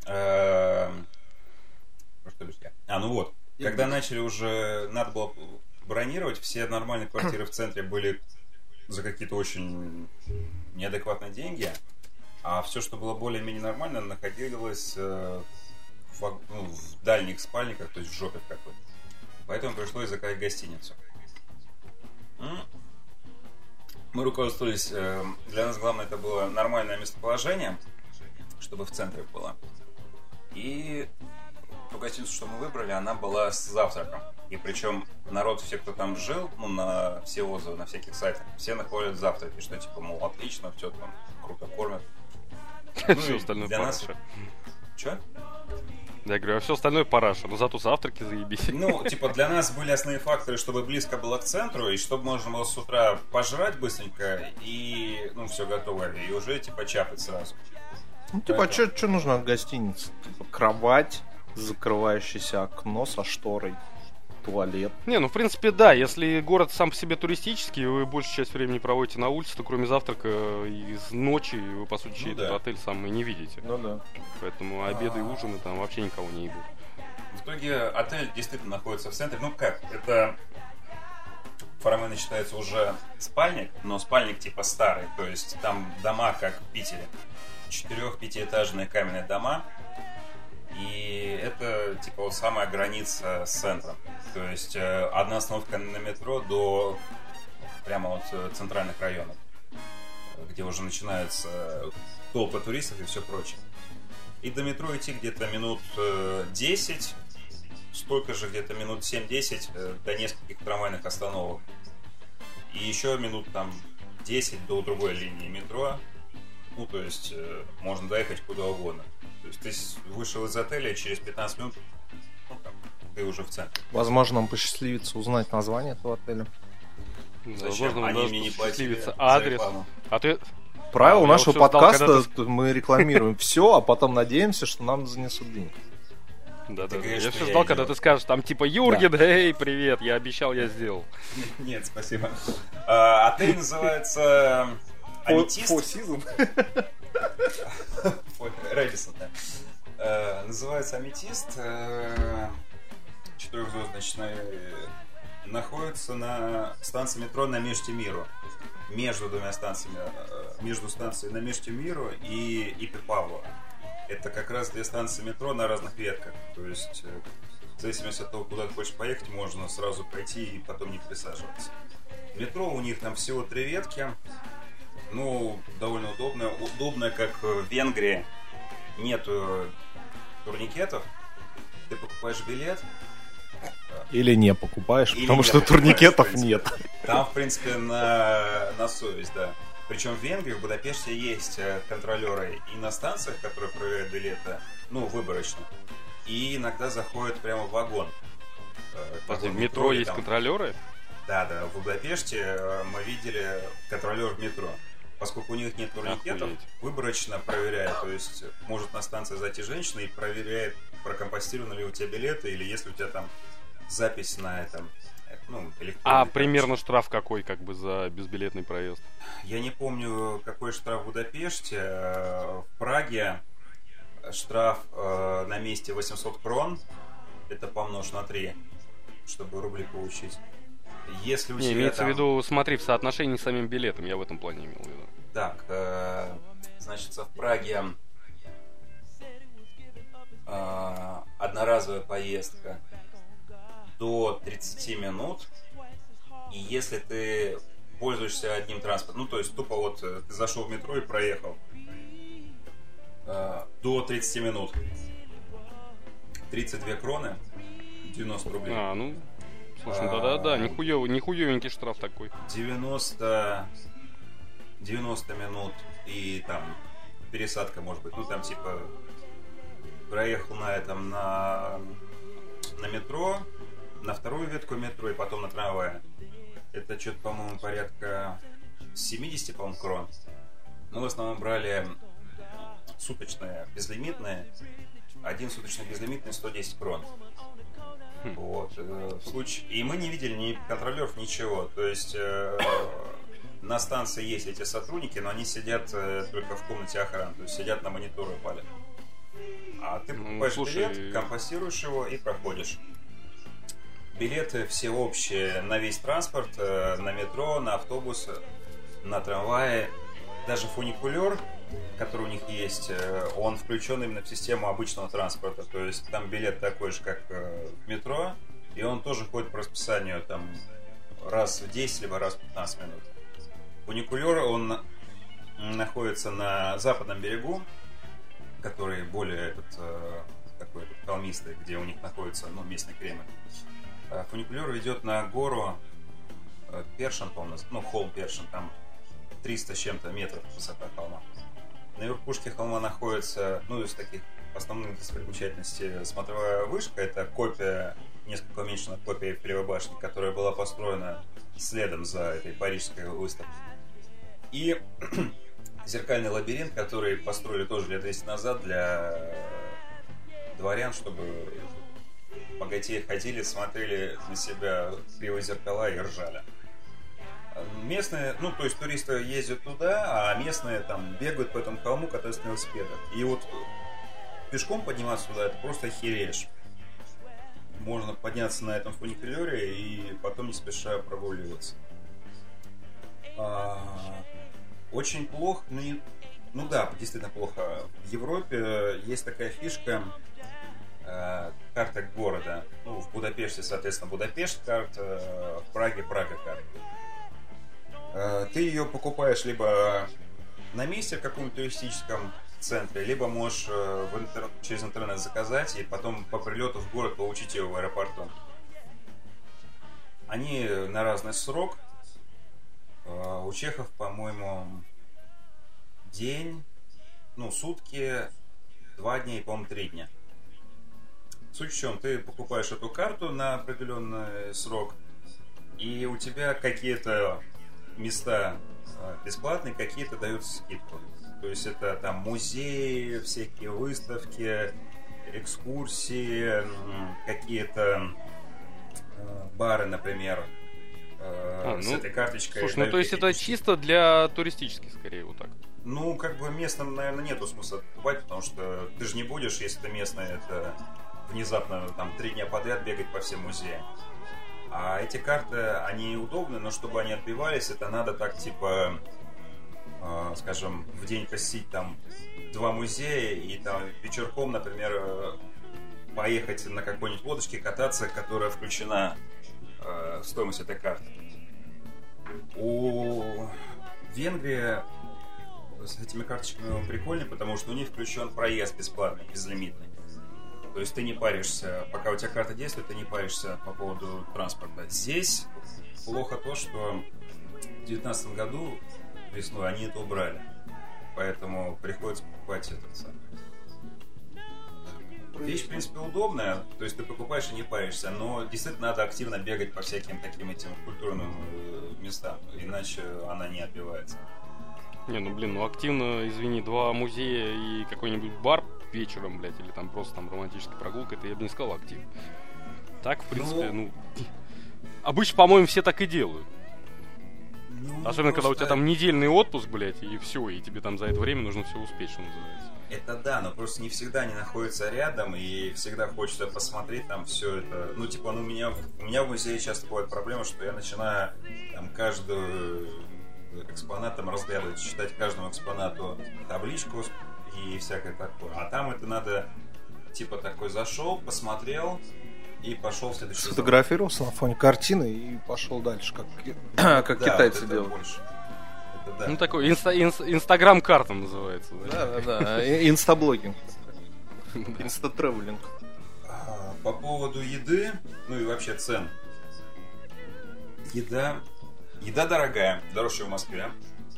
Что бишь я? Ну вот. Когда начали уже... Надо было бронировать, все нормальные квартиры в центре были за какие-то очень неадекватные деньги, а все, что было более-менее нормально, находилось в дальних спальниках, то есть в жопе какой-то. Поэтому пришлось заказать гостиницу. Мы руководствовались... Для нас главное это было нормальное местоположение, чтобы в центре было. И ту гостиницу, что мы выбрали, она была с завтраком. И причем народ, все, кто там жил, на все отзывы, на всяких сайтах, все находят завтраки, что типа, мол, отлично, все там круто кормят. Все остальное параша. Че? Я говорю, а все остальное параша, но зато завтраки заебись. Типа для нас были основные факторы, чтобы близко было к центру, и чтобы можно было с утра пожрать быстренько, и, все готово, и уже, типа, чапать сразу. Что нужно от гостиницы? Типа, кровать, закрывающееся окно со шторой, туалет. В принципе, да, если город сам по себе туристический, вы большую часть времени проводите на улице, то кроме завтрака и ночи вы, по сути, этот отель сам и не видите. Да. Поэтому обеды и ужины там вообще никого не ебут. В итоге отель действительно находится в центре. Это формально считается уже спальник, но спальник типа старый, то есть там дома, как в Питере. 4-5-этажные каменные дома. И это типа самая граница с центром. То есть одна остановка на метро до прямо центральных районов, где уже начинается толпа туристов и все прочее. И до метро идти где-то минут 10, столько же где-то минут 7-10 до нескольких трамвайных остановок. И еще минут 10 до другой линии метро. То есть можно доехать куда угодно. То есть ты вышел из отеля, и через 15 минут ты уже в центре. Возможно, нам посчастливится узнать название этого отеля. Возможно, нам Они мне не платили адрес. А ты... Правило нашего подкаста мы рекламируем все, а потом надеемся, что нам занесут денег. Да. Я все ждал, когда ты скажешь, там типа Юрген, эй, привет, я обещал, я сделал. Нет, спасибо. Отель называется Аметист. Four Seasons. Рэдисон, да. Называется Аметист. 4-звездочный. Находится на станции метро на Межтемиру. Между двумя станциями. Между станцией на Межтемиру и Павлова. Это как раз две станции метро на разных ветках. То есть, в зависимости от того, куда ты хочешь поехать, можно сразу пройти и потом не пересаживаться. Метро у них там всего 3 ветки. Довольно удобно. Удобно, как в Венгрии. Нету турникетов. Ты покупаешь билет. Или не покупаешь, потому что турникетов нет. Там, в принципе, на совесть, да. Причем в Венгрии, в Будапеште есть контролеры и на станциях, которые проверяют билеты, выборочно. И иногда заходят прямо в вагон. В метро есть контролеры? Да, в Будапеште мы видели контролер в метро. Поскольку у них нет турникетов, выборочно проверяет. То есть может на станции зайти женщина и проверяет, прокомпостированы ли у тебя билеты, или если у тебя там запись на этом. Примерно штраф какой, за безбилетный проезд? Я не помню, какой штраф в Будапеште. В Праге штраф на месте 800 крон. Это помножь на 3, чтобы рубли получить. Если у тебя имеется в виду, смотри, в соотношении с самим билетом, я в этом плане имел в виду. Так, значит, в Праге одноразовая поездка до 30 минут. И если ты пользуешься одним транспортом, то есть тупо ты зашел в метро и проехал до 30 минут, 32 кроны, 90 рублей. Слушай, да, нихуевенький штраф такой. 90 минут и там пересадка, может быть. Проехал на метро, на вторую ветку метро и потом на трамвае. Это что-то, по-моему, порядка 70, по-моему, крон. Мы в основном брали суточные, безлимитные. Один суточный безлимитный 110 крон. В случае... И мы не видели ни контролеров, ничего. То есть на станции есть эти сотрудники, но они сидят только в комнате охраны. То есть сидят на мониторы палят. А ты покупаешь билет, компостируешь его и проходишь. Билеты все общие на весь транспорт, на метро, на автобусы, на трамваи. Даже фуникулер, который у них есть, он включен именно в систему обычного транспорта. То есть там билет такой же, как в метро, и он тоже ходит по расписанию там раз в 10, либо раз в 15 минут. Фуникулер, он находится на западном берегу, который более такой холмистый, где у них находится местный Кремль. Фуникулер ведет на гору Першин, по-моему, холм Першин, там 300 с чем-то метров высота холма. На верхушке холма находится, из таких основных достопримечательностей, смотровая вышка. Это копия, несколько уменьшенная копия Эйфелевой башни, которая была построена следом за этой парижской выставкой. И зеркальный лабиринт, который построили тоже лет 200 назад для дворян, чтобы богатеи ходили, смотрели на себя криво зеркала и ржали. Местные, то есть туристы ездят туда, а местные там бегают по этому холму, катаются на велосипедах. И вот пешком подниматься туда, это просто охереешь. Можно подняться на этом фуникулере и потом не спеша прогуливаться. Очень плохо, действительно плохо. В Европе есть такая фишка, карта города. В Будапеште, соответственно, Будапешт карта, в Праге Прага карта. Ты ее покупаешь либо на месте в каком-то туристическом центре, либо можешь через интернет заказать и потом по прилету в город получить ее в аэропорту. Они на разный срок. У чехов, по-моему, день, сутки, 2 дня и, по-моему, 3 дня. Суть в чем? Ты покупаешь эту карту на определенный срок, и у тебя какие-то места бесплатные, какие-то дают скидку. То есть это там музеи, всякие выставки, экскурсии, какие-то бары, например, с этой карточкой. Слушай, то есть это чисто для туристических, скорее, вот так? Местным, наверное, нету смысла покупать, потому что ты же не будешь, если ты местный, это внезапно 3 дня подряд бегать по всем музеям. А эти карты, они удобны, но чтобы они отбивались, это надо так, скажем, в день посетить 2 музея и вечерком, например, поехать на какой-нибудь лодочке кататься, которая включена в стоимость этой карты. У Венгрии с этими карточками прикольно, потому что у них включен проезд бесплатный, безлимитный. То есть ты не паришься, пока у тебя карта действует, ты не паришься по поводу транспорта. Здесь плохо то, что в 2019 году весной они это убрали. Поэтому приходится покупать этот самый. Вещь, в принципе, удобная, то есть ты покупаешь и не паришься, но действительно надо активно бегать по всяким таким этим культурным местам, иначе она не отбивается. Активно, извини, 2 музея и какой-нибудь бар вечером, блядь, или просто романтическая прогулка, это я бы не сказал активно. Так, в принципе, обычно, по-моему, все так и делают. Особенно, когда у тебя недельный отпуск, блядь, и все, и тебе за это время нужно все успеть, что называется. Это да, но просто не всегда они находятся рядом, и всегда хочется посмотреть все это. У меня в музее часто бывает проблема, что я начинаю каждый экспонат разглядывать, читать каждому экспонату табличку и всякое такое. А там это надо, такой зашел, посмотрел и пошел в следующий. Сфотографировался на фоне картины и пошел дальше, как китайцы делают. Больше. Это да. Такой инстаграм-карта называется. Да. Инстаблогинг. Инстатревелинг. По поводу еды, и вообще цен. Еда дорогая, дороже, чем в Москве.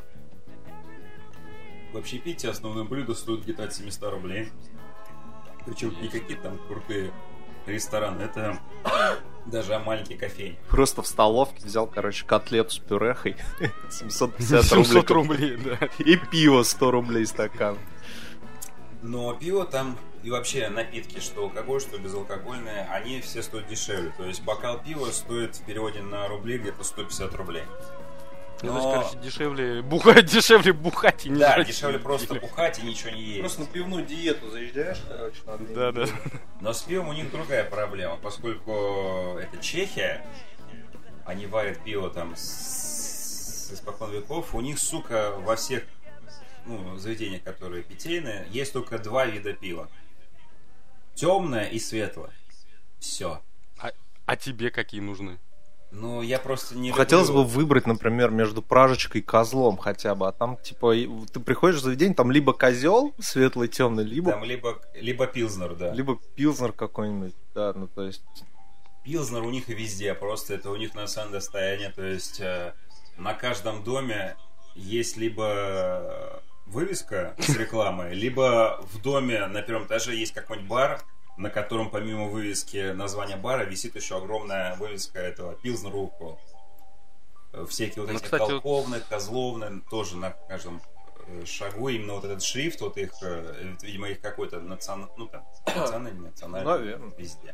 В общепите основное блюдо стоит где-то от 700 рублей. Причем не какие-то крутые рестораны, это даже маленькие кофейни. Просто в столовке взял, котлету с пюрехой 750 рублей, да. И пиво 100 рублей стакан. Но пиво там и вообще напитки, что алкоголь, что безалкогольные, они все стоят дешевле. То есть бокал пива стоит в переводе на рубли где-то 150 рублей. Ну, то есть, короче, дешевле бухать и не Да, жрать. дешевле просто бухать и ничего не есть. Просто на пивную диету заезжаешь, короче, надо. Да. Но с пивом у них другая проблема, поскольку это Чехия, они варят пиво там с испокон веков, у них, сука, во всех заведениях, которые питейные, есть только 2 вида пива. Темное и светлое. Все. А тебе какие нужны? Ну, я просто не Хотелось люблю... бы выбрать, например, между пражечкой и козлом хотя бы. А там, типа, ты приходишь в заведение, там либо козел светлый, темный, либо... Там либо пилзнер, да. Либо пилзнер какой-нибудь, да, ну то есть... Пилзнер у них и везде, просто это у них национальное достояние, то есть на каждом доме есть либо вывеска с рекламой, либо в доме на первом этаже есть какой-нибудь бар, на котором помимо вывески названия бара висит еще огромная вывеска этого Пилзнер Уркол. Всякие вот эти колковные, козловные, тоже на каждом шагу именно вот этот шрифт, вот их, видимо, их какой-то национальный, наверное, везде.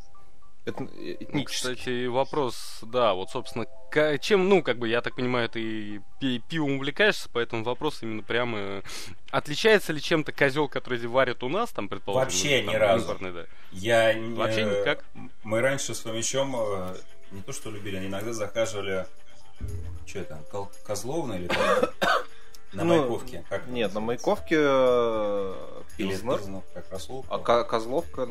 Кстати, вопрос, да, вот, собственно, чем, я так понимаю, ты пивом увлекаешься, поэтому вопрос именно прямо, отличается ли чем-то козел, который варят у нас, там, предположим? Вообще там, ни разу. Импортный, да? Вообще никак? Мы раньше с Фомичом не то что любили, иногда захаживали, что это, Козловна или как? На Маяковке. Нет, на Маяковке Пилзнер, как Расул. А Козловка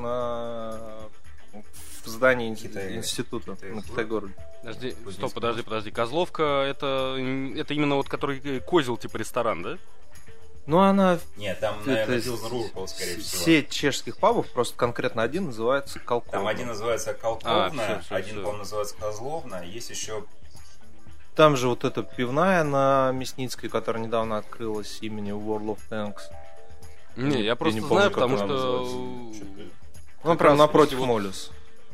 в здании института на Китай-городе. Подожди. Козловка это именно вот который козел типа ресторан, да? Ну, она... Нет, там, наверное, Пилзнер Уркол, скорее всего. Сеть чешских пабов, просто конкретно один называется Колковна. Там один называется Колковна, один, по-моему, называется Козловна, есть еще... Там же вот эта пивная на Мясницкой, которая недавно открылась имени World of Tanks. Не, я просто знаю, потому что... Ну, прям напротив Моллюс.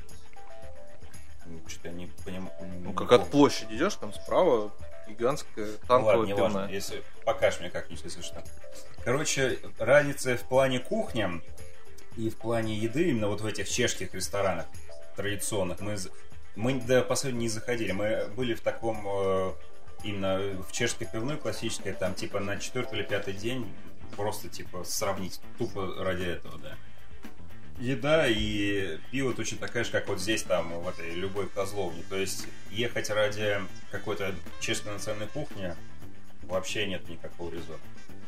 Что-то я не понимаю. Ну, как от площади идешь, там справа гигантская танковая пивная. Ладно, если покажешь мне как-нибудь, если что. Короче, разница в плане кухни и в плане еды, именно вот в этих чешских ресторанах традиционных, мы до последнего не заходили. Мы были в таком, именно в чешской пивной классической, там типа на 4-й или 5-й день, просто типа сравнить, тупо ради этого, да. Еда и пиво точно такая же, как вот здесь, там, в этой любой козловне. То есть ехать ради какой-то чешской национальной кухни вообще нет никакого резона.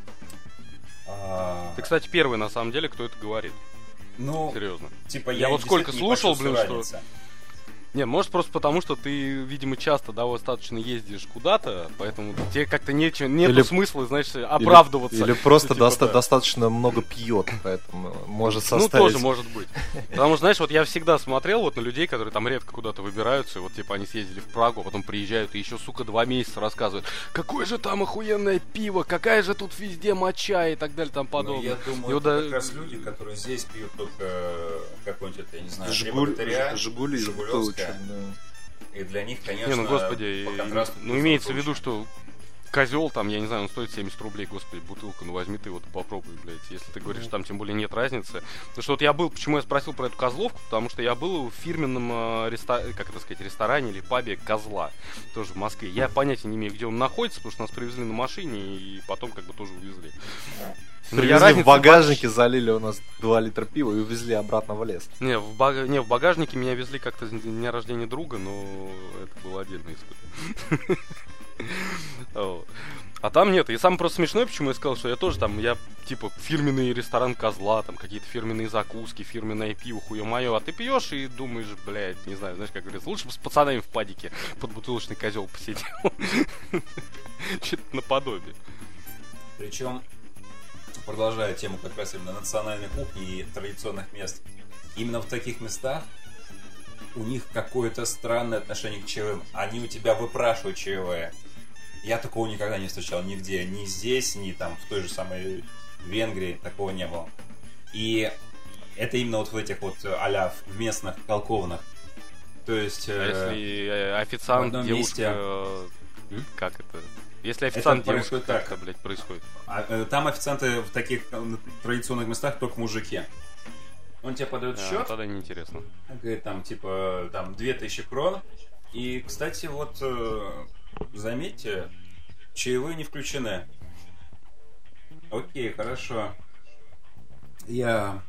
Ты, кстати, первый, на самом деле, кто это говорит. Ну, серьезно. Типа я вот сколько слушал, что... разница. Не, может просто потому, что ты, видимо, часто достаточно ездишь куда-то, поэтому тебе как-то нету смысла, знаешь, оправдываться. Или просто достаточно много пьет, поэтому может составить. Ну, тоже может быть. Потому что, знаешь, вот я всегда смотрел вот на людей, которые там редко куда-то выбираются, и вот типа они съездили в Прагу, а потом приезжают и еще, сука, 2 месяца рассказывают, какое же там охуенное пиво, какая же тут везде моча и так далее, там подобное. Я думаю, это как раз люди, которые здесь пьют только какой-нибудь, я не знаю, Жигули, Жигулевская. И для них, конечно, не, ну, господи, по контрасту... имеется в виду, что козел там, я не знаю, он стоит 70 рублей, господи, бутылка, ну возьми ты вот попробуй, блядь, если ты говоришь, там тем более нет разницы. Потому что вот я был, почему я спросил про эту козловку, потому что я был в фирменном ресторане или пабе Козла, тоже в Москве. Я понятия не имею, где он находится, потому что нас привезли на машине и потом как бы тоже увезли. Привезли в багажнике, залили у нас 2 литра пива и увезли обратно в лес. Не, в багажнике меня везли как-то с дня рождения друга, но это было отдельное испытание. А там нет. И самое просто смешное, почему я сказал, что я тоже там, я типа фирменный ресторан Козла, там какие-то фирменные закуски, фирменное пиво, хуе-моё. А ты пьешь и думаешь, блядь, не знаю, знаешь, как говорится, лучше бы с пацанами в падике под бутылочный козел посидел. Что-то наподобие. Причем, продолжая тему как раз именно национальной кухни и традиционных мест, именно в таких местах у них какое-то странное отношение к чаевым. Они у тебя выпрашивают чаевые. Я такого никогда не встречал нигде. Ни здесь, ни там в той же самой Венгрии такого не было. И это именно вот в этих вот а-ля в местных колковнах. То есть... если официант, девушка... Как это? Если официант, девушка, как это, блядь, происходит? Там официанты в таких традиционных местах только мужики. Он тебе подает счет. Тогда неинтересно. Говорит, там, типа, там 2000 крон. И, кстати, вот заметьте, чаевые не включены. Окей, хорошо. Я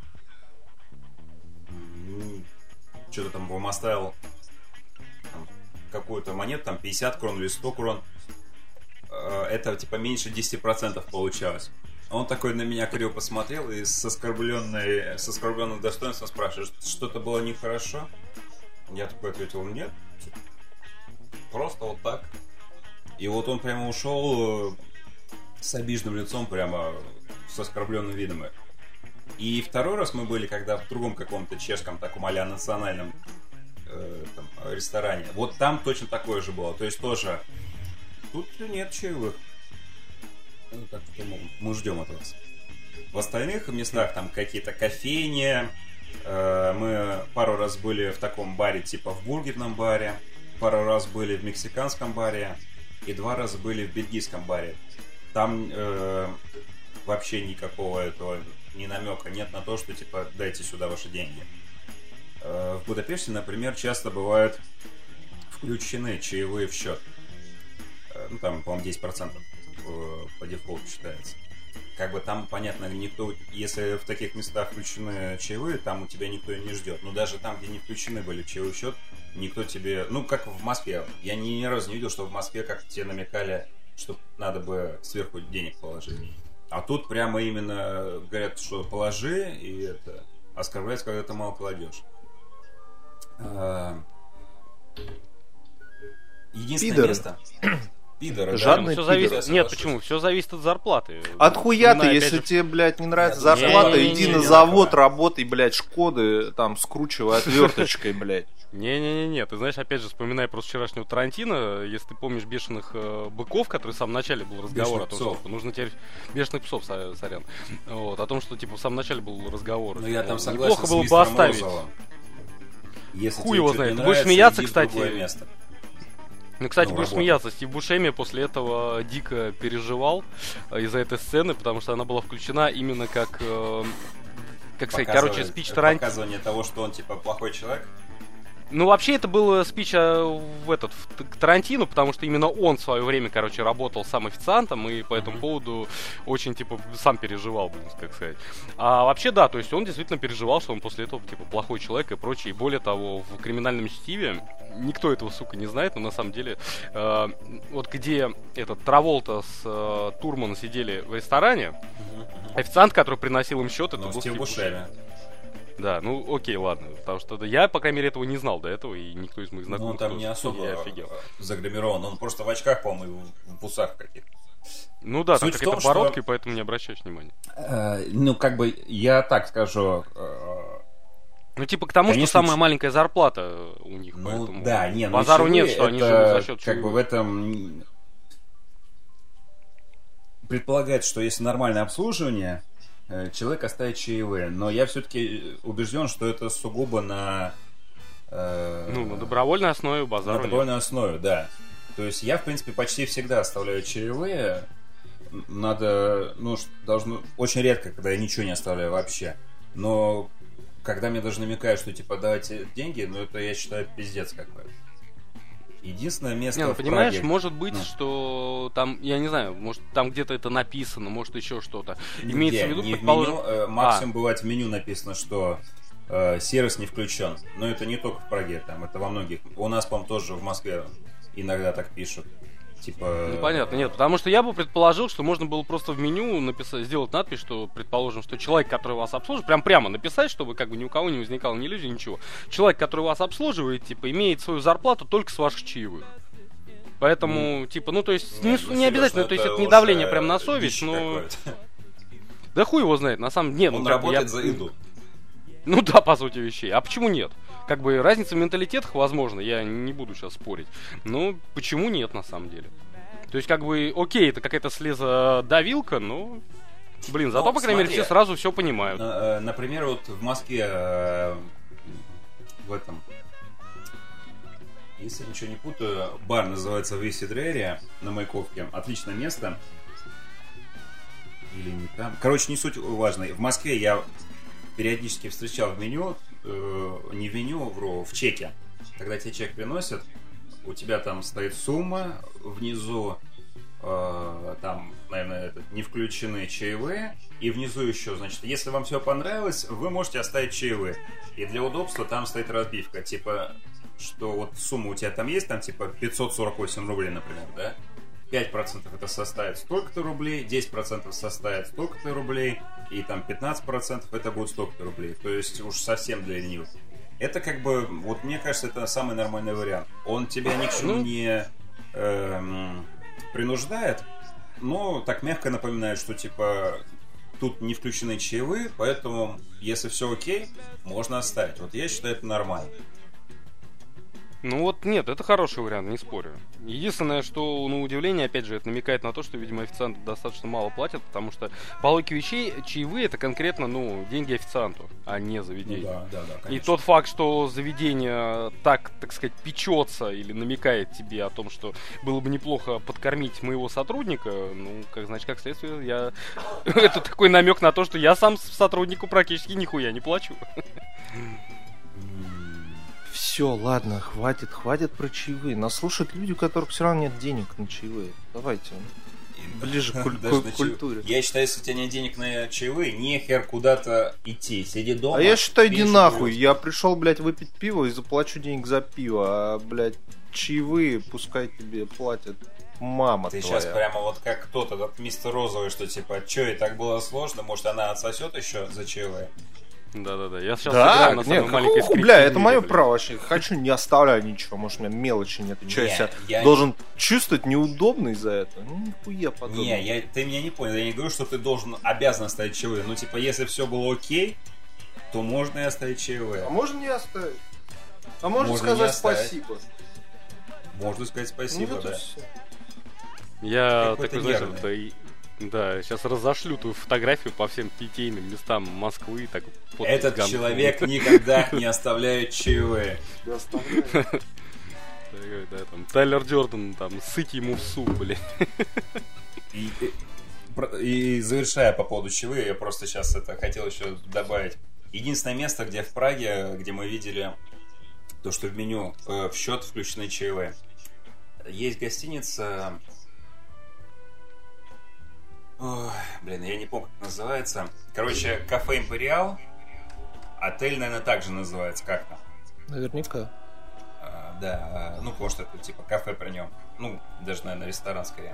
что-то там вам оставил какую-то монету, там 50 крон или 100 крон. Это типа меньше 10% получалось. Он такой на меня криво посмотрел и с оскорбленным достоинством спрашивает, что-то было нехорошо? Я такой ответил, нет. Просто вот так. И вот он прямо ушел с обиженным лицом, прямо с оскорбленным видом. И второй раз мы были, когда в другом каком-то чешском, таком а-ля национальном ресторане. Вот там точно такое же было. То есть тоже тут нет чаевых. Ну, так что мы ждем от вас. В остальных местах там какие-то кофейни. Мы пару раз были в таком баре, типа в бургерном баре. Пару раз были в мексиканском баре. И 2 раза были в бельгийском баре. Там вообще никакого этого ни намека нет на то, что типа дайте сюда ваши деньги. В Будапеште, например, часто бывают включены чаевые в счет. Ну, там, по-моему, 10% по дефолту считается. Как бы там, понятно, никто, если в таких местах включены чаевые, там у тебя никто и не ждет. Но даже там, где не включены были в чаевой счет, никто тебе... Ну, как в Москве. Я ни разу не видел, что в Москве как-то тебе намекали, что надо бы сверху денег положить. А тут прямо именно говорят, что положи, и это оскорбляется, когда ты мало кладешь. Единственное Пидоры. место... Пидоры, Жадные да? пидоры. Нет, почему? Все зависит от зарплаты. Отхуя ты, Опять если же, тебе, блядь, не нравится Я зарплата, думаю, иди не, на не, завод, работай, блядь, Шкоды, там, скручивай отверточкой, блядь. Не-не-не, ты знаешь, опять же, вспоминая просто вчерашнего Тарантино, если ты помнишь «Бешеных быков», который в самом начале был разговор «Бешеных о том, псов». что нужно теперь... «Бешеных псов», сорян. Вот, о том, что, типа, в самом начале был разговор. Но я там согласен Неплохо с было бы мистером оставить. Розовым. Если Хуй тебе его что-то знает. не Ты будешь нравится, смеяться, иди в кстати. другое место. Ну, кстати, Ну, будешь работа. смеяться, Стив Бушеми после этого дико переживал из-за этой сцены, потому что она была включена именно как сказать, короче, спич Тарантино. Показывание того, что он, типа, плохой человек. Ну, вообще, это был спич к Тарантино, потому что именно он в свое время, короче, работал сам официантом, и по этому поводу очень, типа, сам переживал, блин, как сказать. А вообще, да, то есть он действительно переживал, что он после этого, типа, плохой человек и прочее. И более того, в «Криминальном чтиве» никто этого, сука, не знает, но на самом деле, вот где этот Траволта с Турманом сидели в ресторане, официант, который приносил им счет, это Ну, был Стив Бушеми. Да, ну окей, ладно. Потому что я, по крайней мере, этого не знал до этого, и никто из моих Ну, знакомых он там тоже. не особо Я офигел. загримирован. Он просто в очках, по-моему, в усах каких-то. Ну да, там Суть в какая-то том, бородка, что- и поэтому не обращаешь внимания. Ну, как бы, я так скажу... Ну, типа к тому, Конечно, что самая маленькая зарплата у них, Ну, поэтому да, не, ну, базару чаевые нет, что они это живут за счет как бы в этом... Предполагается, что если нормальное обслуживание, человек оставит чаевые. Но я все-таки убежден, что это сугубо на... Ну, на добровольной основе базару На нет. добровольной основе, да. То есть я, в принципе, почти всегда оставляю чаевые. Надо, ну, должно... Очень редко, когда я ничего не оставляю вообще. Но когда мне даже намекают, что, типа, давайте деньги, ну, это, я считаю, пиздец какой-то. Единственное место Не, ну, в понимаешь, Праге... может быть, Ну. что там, я не знаю, может там где-то это написано, может еще что-то. Нигде, Имеется в виду, не в предположим... меню, максимум бывает в меню написано, что сервис не включен. Но это не только в Праге, там, это во многих. У нас, по-моему, тоже в Москве иногда так пишут. Типа... Ну, понятно, нет, потому что я бы предположил, что можно было просто в меню написать, сделать надпись, что, предположим, что человек, который вас обслуживает, прямо написать, чтобы как бы ни у кого не возникало ни иллюзий, ничего. Человек, который вас обслуживает, типа, имеет свою зарплату только с ваших чаевых. Поэтому, типа, ну, то есть, Нет, не обязательно, то есть, это не давление прям на совесть, но... Да хуй его знает, на самом деле. Он ну, как бы работает за еду. Ну да, по сути вещей. А почему нет? Как бы разница в менталитетах, возможно, я не буду сейчас спорить. Но почему нет, на самом деле? То есть, как бы, окей, это какая-то слезодавилка, но... Блин, зато, Ну, по крайней мере, смотри. все сразу все понимают. Например, вот в Москве в этом... Если я ничего не путаю, бар называется Висидрерия на Маяковке. Отличное место. Или не там. Короче, не суть важно. В Москве я периодически встречал в меню, не в меню, в чеке. Когда тебе чек приносят, у тебя там стоит сумма, внизу там, наверное, не включены чаевые, и внизу еще, значит, если вам все понравилось, вы можете оставить чаевые. И для удобства там стоит разбивка, типа, что вот сумма у тебя там есть, там типа 548 рублей, например, да? 5% это составит столько-то рублей, 10% составит столько-то рублей, и там 15% это будет столько-то рублей. То есть уж совсем для ленивых. Это как бы, вот мне кажется, это самый нормальный вариант. Он тебя ни к чему не принуждает, но так мягко напоминает, что типа тут не включены чаевые, поэтому если все окей, можно оставить. Вот я считаю, это нормально. Ну вот нет, это хороший вариант, не спорю. Единственное, что, на удивление, опять же, это намекает на то, что, видимо, официанты достаточно мало платят, потому что по логике вещей чаевые это конкретно, деньги официанту, а не заведению. Ну, да, конечно. И тот факт, что заведение так сказать, печется или намекает тебе о том, что было бы неплохо подкормить моего сотрудника, как следствие, это такой намек на то, что я сам сотруднику практически нихуя не плачу. Все, ладно, хватит про чаевые. Нас слушают люди, у которых все равно нет денег на чаевые. Давайте. Ближе к культуре. Я считаю, если у тебя нет денег на чаевые, нехер куда-то идти. Сиди дома. А я считаю, иди нахуй. Я пришел, блядь, выпить пиво и заплачу денег за пиво. А, блядь, чаевые пускай тебе платят мама Ты твоя. сейчас прямо вот как кто-то, как мистер Розовый, что типа, что и так было сложно, может она отсосет еще за чаевые? Да-да-да, я сейчас да, играю на самой маленькой скрипке. Бля, это мое право вообще. Хочу, не оставляю ничего. Может, у меня мелочи нет. Че, я себя должен чувствовать неудобно из-за этого? Нихуя подобного. Ты меня не понял. Я не говорю, что ты обязан оставить чаевые. Ну, типа, если все было окей, то можно и оставить чаевые. А можно не оставить? А можно сказать спасибо? Можно сказать спасибо, да. Я такой, знаешь, да, сейчас разошлю твою фотографию по всем питейным местам Москвы. Так, этот человек никогда не оставляет чаевые. Да, там, Тайлер Дёрден, там, сыки ему в суп, блин. И завершая по поводу чаевые, я просто сейчас хотел еще добавить. Единственное место, где в Праге, где мы видели то, что в меню в счет включены чаевые. Есть гостиница... Ой, блин, я не помню, как называется. Короче, кафе Империал. Отель, наверное, также называется как-то. Наверняка. Да, потому что это типа кафе при нем. Даже, наверное, ресторан скорее.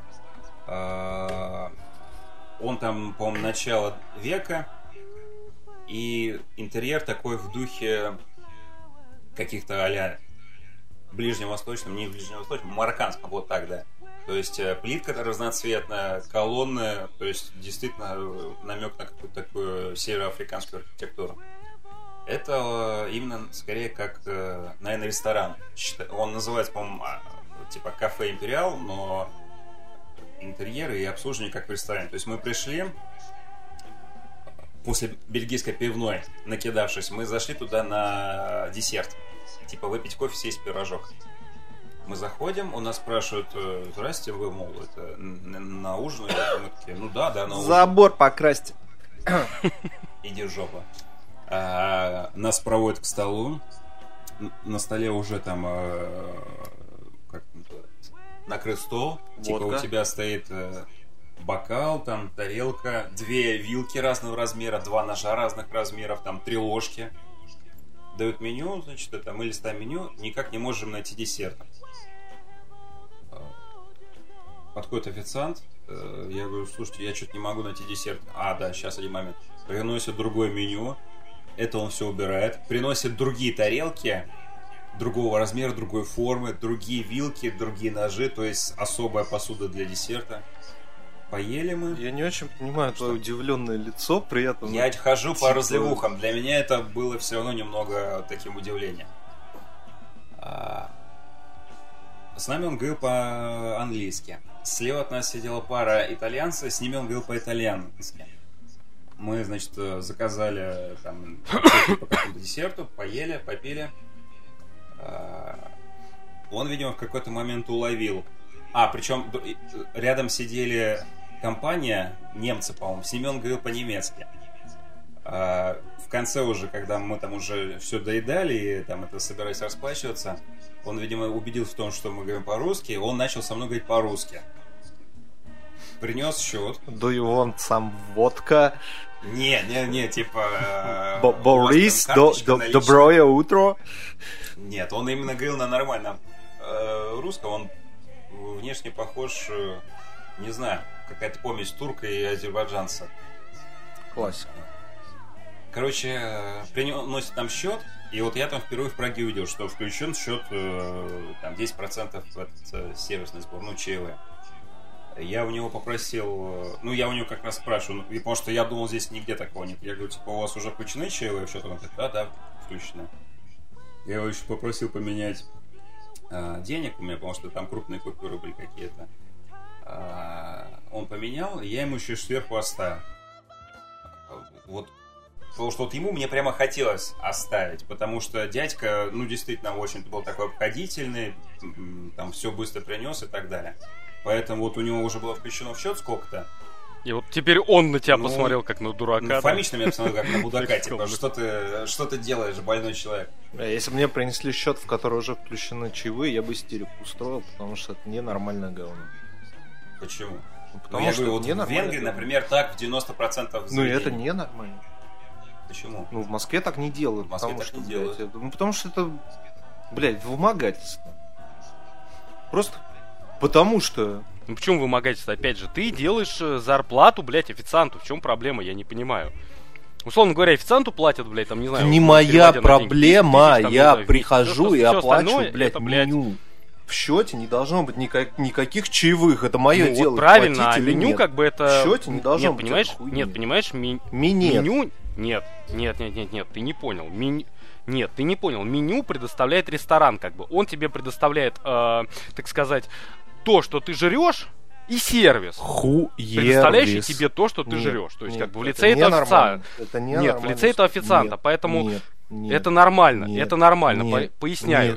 Он там, по-моему, начало века. И интерьер такой в духе каких-то а-ля ближневосточном, не ближневосточном, марокканском, вот так, да. То есть плитка разноцветная, колонны, то есть действительно намек на какую-то такую североафриканскую архитектуру. Это именно скорее как, наверное, ресторан. Он называется, по-моему, типа кафе Империал, но интерьеры и обслуживание как в ресторане. То есть мы пришли после бельгийской пивной, накидавшись, мы зашли туда на десерт. Типа выпить кофе, съесть пирожок. Мы заходим, у нас спрашивают: здрасте, вы, мол, это на ужин? Мы такие, да, на ужин. Забор покрасьте. Иди в жопу. Нас проводят к столу. На столе уже там накрыт стол. Водка. Типа у тебя стоит бокал, там тарелка, 2 вилки разного размера, 2 ножа разных размеров, там 3 ложки. Дают меню, значит, мы листаем меню, никак не можем найти десерт. Подходит официант, я говорю: слушайте, я что-то не могу найти десерт. Да, сейчас, один момент. Приносит другое меню, это он все убирает. Приносит другие тарелки, другого размера, другой формы, другие вилки, другие ножи, то есть особая посуда для десерта. Поели мы. Я не очень понимаю твое удивленное лицо, при этом... Я хожу по разливухам. Для меня это было все равно немного таким удивлением. С нами он говорил по-английски. Слева от нас сидела пара итальянцев, с ними он говорил по-итальянски. Мы, значит, заказали там по какому-то десерту, поели, попили. Он, видимо, в какой-то момент уловил. Причем рядом сидели компания, немцы, по-моему, Семен говорил по-немецки. в конце уже, когда мы там уже все доедали и там это собирались расплачиваться, он, видимо, убедился в том, что мы говорим по-русски, он начал со мной говорить по-русски. Принес счет. Do you want some vodka? Не, типа... Борис, доброе утро. Нет, он именно говорил на нормальном русском, он внешне похож, не знаю, какая-то помесь турка и азербайджанца. Классика. Короче, приносит нам счет, и вот я там впервые в Праге увидел, что включен счет там 10% в этот сервисный сбор, чаевые. Я у него попросил, я у него как раз спрашиваю, потому что я думал, здесь нигде такого нет. Я говорю, типа, у вас уже включены чаевые в счет? Он говорит, да, включены. Я его еще попросил поменять денег у меня, потому что там крупные купюры были какие-то. Он поменял, и я ему еще сверху оставил. Вот, потому что вот ему мне прямо хотелось оставить, потому что дядька, действительно, очень был такой обходительный, там все быстро принес и так далее. Поэтому вот у него уже было включено в счет сколько-то. И вот теперь он на тебя посмотрел как на дурака. Фомич на меня посмотрел как на будака, типа, что ты делаешь, больной человек. Если бы мне принесли счет, в который уже включены чаевые, я бы истерику устроил, потому что это ненормальное говно. Почему? Потому что вот в Венгрии, например, так в 90% заведений. Это ненормально. Почему? В Москве так не делают. В Москве так не делают. Потому что это, вымогательство. Просто потому что... Почему вымогательство? Опять же, ты делаешь зарплату, официанту. В чем проблема? Я не понимаю. Условно говоря, официанту платят, там, не знаю... Не моя проблема, я прихожу и оплачиваю, меню. В счете не должно быть никаких чаевых. Это мое дело. Правильно, а меню это... В счете не должно быть. Понимаешь, меню... Нет, ты не понял. Нет, ты не понял. Меню предоставляет ресторан, Он тебе предоставляет, так сказать, то, что ты жрешь, и сервис. Предоставляющий тебе то, что ты жрешь. То есть, в лице этого официанта. Нет, в лице этого официанта. Поэтому... Это нормально, это нормально. Поясняй.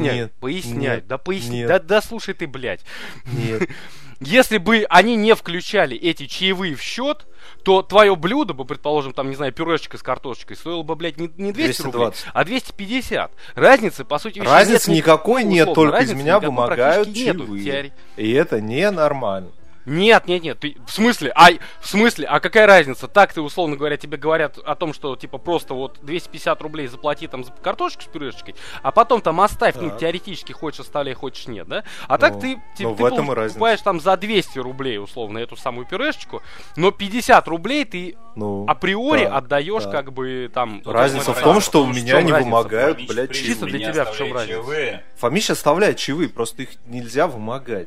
Да слушай ты, блядь. Нет. Если бы они не включали эти чаевые в счет, то твое блюдо бы, предположим, там, не знаю, пюрешечка с картошечкой стоило бы, не 200 рублей, а 250. Разницы, по сути, разницы никакой нет, только из меня вымогают чаевые. И это ненормально. Нет, ты, в смысле, а какая разница? Так ты, условно говоря, тебе говорят о том, что, типа, просто 250 рублей заплати там за картошечку с пюрешечкой, а потом там оставь, теоретически хочешь оставляй, хочешь нет, да? А так ты покупаешь там за 200 рублей, условно, эту самую пюрешечку, но 50 рублей ты априори отдаешь, там... Разница в том, что у меня не вымогают, чисто для тебя в чем разница? Фомич оставляет чаевые, просто их нельзя вымогать.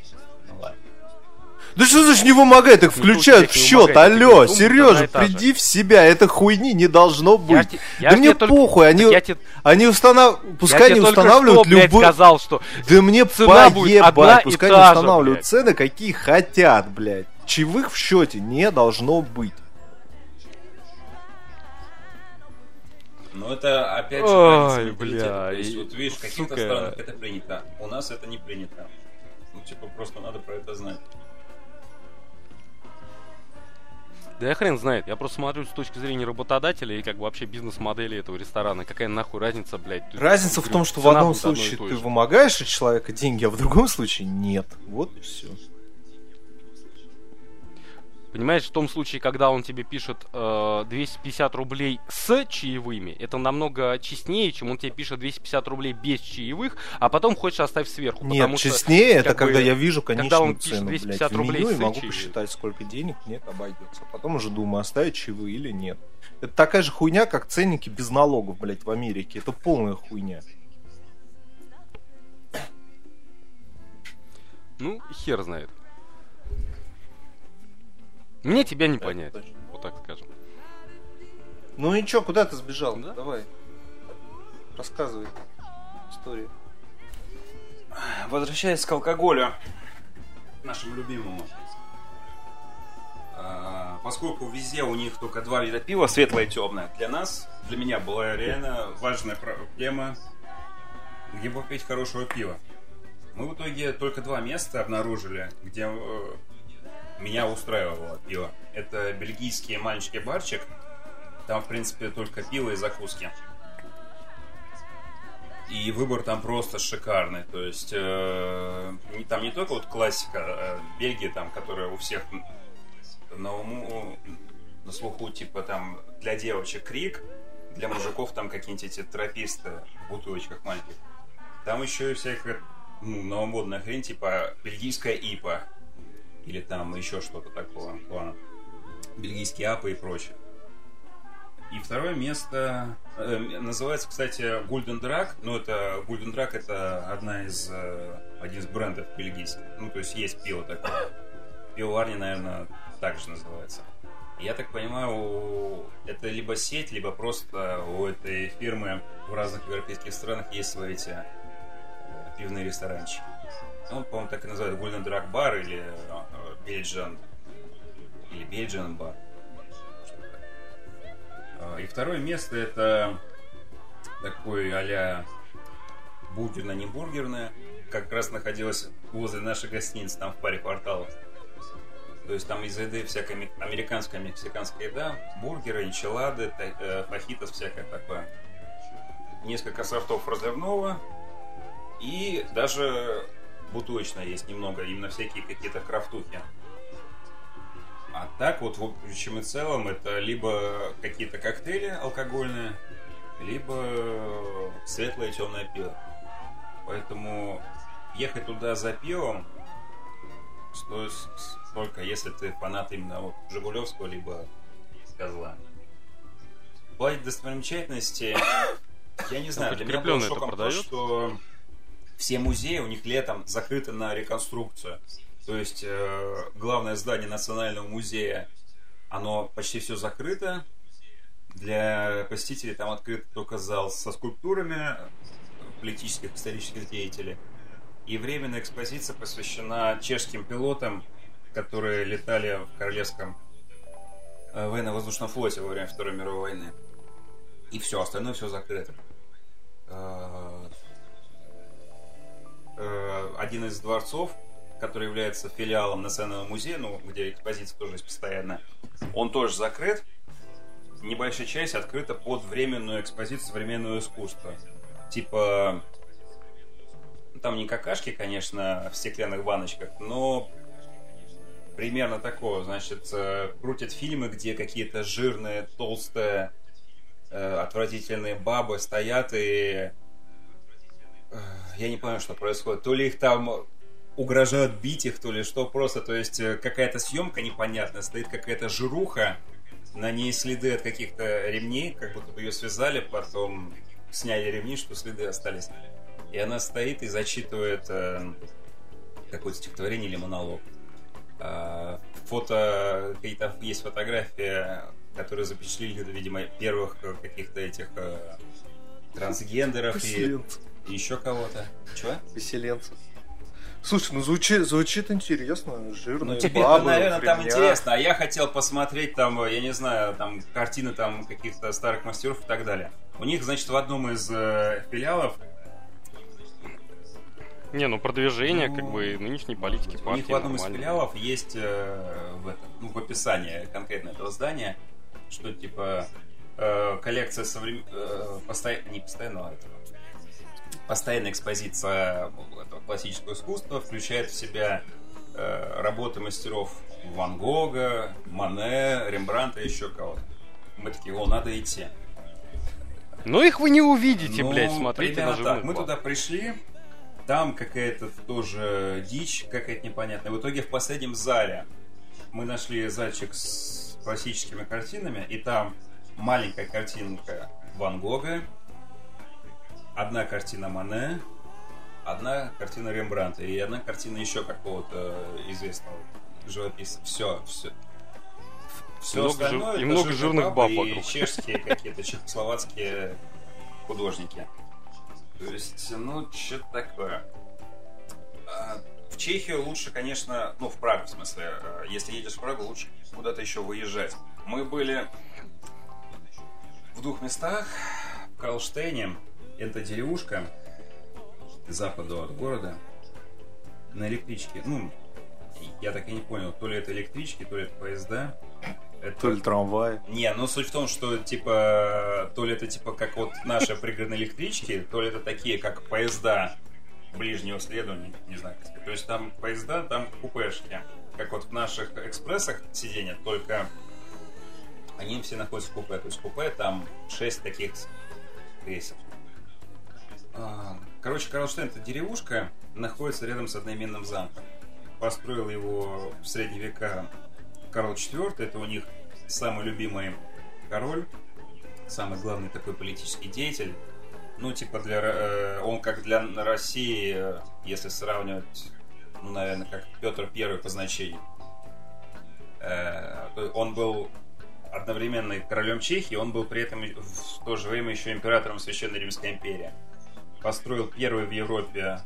Да что значит не вымогает? Их включают в счет. Алло, Сережа, приди в себя. Это хуйни не должно быть. Да мне похуй. Они устанавливают. Пускай они устанавливают любые. Сказал, что да мне поебать. Пускай они устанавливают цены, какие хотят, блядь. Чаевых в счете не должно быть. Ну это опять же, бля. То есть, вот видишь, в каких-то странах это принято. У нас это не принято. Просто надо про это знать. Да я хрен знает, я просто смотрю с точки зрения работодателя и вообще бизнес-модели этого ресторана. Какая нахуй разница, блядь? Разница в том, что в одном случае ты вымогаешь от человека деньги, а в другом случае нет. Вот и все. Понимаешь, в том случае, когда он тебе пишет 250 рублей с чаевыми, это намного честнее, чем он тебе пишет 250 рублей без чаевых, а потом хочешь оставить сверху. Нет, честнее это когда я вижу конечную цену, 250 блядь, рублей в меню и могу чаевые. посчитать, сколько денег мне обойдется. Потом уже думаю, оставить чаевые или нет. Это такая же хуйня, как ценники без налогов, блядь, в Америке. Это полная хуйня. Ну, хер знает. Мне тебя не понять, вот так скажем. Ну и чё, куда ты сбежал? Да? Давай, рассказывай историю. Возвращаясь к алкоголю, нашему любимому. Поскольку везде у них только 2 вида пива, светлое и темное, для меня была реально важная проблема, где попить хорошего пива. Мы в итоге только 2 места обнаружили, где меня устраивало пиво. Это бельгийский маленький барчик Там, в принципе, только пиво и закуски. И выбор там просто шикарный. То есть там не только вот классика Бельгии, там, которая у всех на уму, на слуху, типа там для девочек Крик, для мужиков там какие-нибудь эти трописты в бутылочках маленьких. Там еще и всякая новомодная хрень, типа бельгийская ИПА. Или там еще что-то такого плана. Бельгийские АПы и прочее. И второе место называется, кстати, Gulden Drag. Но это Gulden Drag это один из брендов бельгийских. Ну, то есть есть пиво такое. Пивоварня, наверное, так же называется. Я так понимаю, это либо сеть, либо просто у этой фирмы в разных европейских странах есть свои эти пивные ресторанчики. Он, по-моему, так и называют Gulden Drag Bar или Belgian Bar. И второе место это такой а-ля бургерное-не бургерное. Как раз находилось возле нашей гостиницы, там в паре кварталов. То есть там из еды всякая американская, мексиканская еда, бургеры, энчилады, фахитос, всякое такое. Несколько сортов разливного и даже бутылочное есть немного, именно всякие какие-то крафтухи. А так вот, в общем и целом, это либо какие-то коктейли алкогольные, либо светлое и темное пиво. Поэтому ехать туда за пивом стоит только если ты фанат именно вот Жигулевского, либо Козла. В плане достопримечательности, я не знаю, для меня было шоком то, что все музеи у них летом закрыты на реконструкцию. То есть главное здание Национального музея, оно почти все закрыто. Для посетителей там открыт только зал со скульптурами политических, исторических деятелей. И временная экспозиция посвящена чешским пилотам, которые летали в Королевском военно-воздушном флоте во время Второй мировой войны. И все, остальное все закрыто. Один из дворцов, который является филиалом Национального музея, ну, где экспозиция тоже есть постоянно, он тоже закрыт. Небольшая часть открыта под временную экспозицию современного искусства. Типа, там не какашки, конечно, в стеклянных баночках, но примерно такого. Значит, крутят фильмы, где какие-то жирные, толстые, отвратительные бабы стоят и... Я не понимаю, что происходит. То ли их там угрожают бить их, то ли что просто. То есть какая-то съемка непонятная, стоит какая-то жируха, на ней следы от каких-то ремней, как будто бы ее связали, потом сняли ремни, что следы остались. И она стоит и зачитывает какое-то стихотворение или монолог. Какие-то есть фотографии, которые запечатлели, видимо, первых каких-то этих трансгендеров и еще кого-то. Чего? Выселенцев. Слушай, ну звучит интересно, жирные ну, тебе, бабы, наверное, кремня. там интересно, а я хотел посмотреть там, я не знаю, там картины там каких-то старых мастеров и так далее. У них, значит, в одном из филиалов Не, ну продвижение, как бы, нынешней политики партии. У них в одном нормально. из филиалов есть в описании конкретно этого здания, что типа коллекция постоянная экспозиция этого классического искусства включает в себя работы мастеров Ван Гога, Мане, Рембрандта и еще кого-то. Мы такие, надо идти. Но их вы не увидите, Ну, блядь, смотрите примерно на живых так. Мы баб. туда пришли, там какая-то тоже дичь, какая-то непонятная. В итоге в последнем зале мы нашли зальчик с классическими картинами, и там маленькая картинка Ван Гога, одна картина Мане, одна картина Рембрандта и одна картина еще какого-то известного живописца. Все. Все Много остальное и это много жирных баб и вокруг. чешские какие-то, чехословацкие художники. То есть, что-то такое. В Чехию лучше, конечно, в Прагу, в смысле, если едешь в Прагу, лучше куда-то еще выезжать. Мы были в 2 местах. В Карлштейне, это деревушка к западу от города, на электричке. Я так и не понял, то ли это электрички, то ли это поезда. То ли трамвай. Не, ну суть в том, что типа то ли это типа как вот наши пригородные электрички, то ли это такие, как поезда ближнего следования, не знаю как сказать. То есть там поезда, там купешки. Как вот в наших экспрессах сиденья, только они все находятся в купе. То есть в купе там 6 таких кресел. Короче, Карлштейн — это деревушка, находится рядом с одноименным замком. Построил его в средние века Карл IV. Это у них самый любимый король, самый главный такой политический деятель. Ну, типа, он как для России, если сравнивать, ну, наверное, как Петр I по значению. Он был одновременно королем Чехии, он был при этом в то же время еще императором Священной Римской империи. Построил первый в Европе,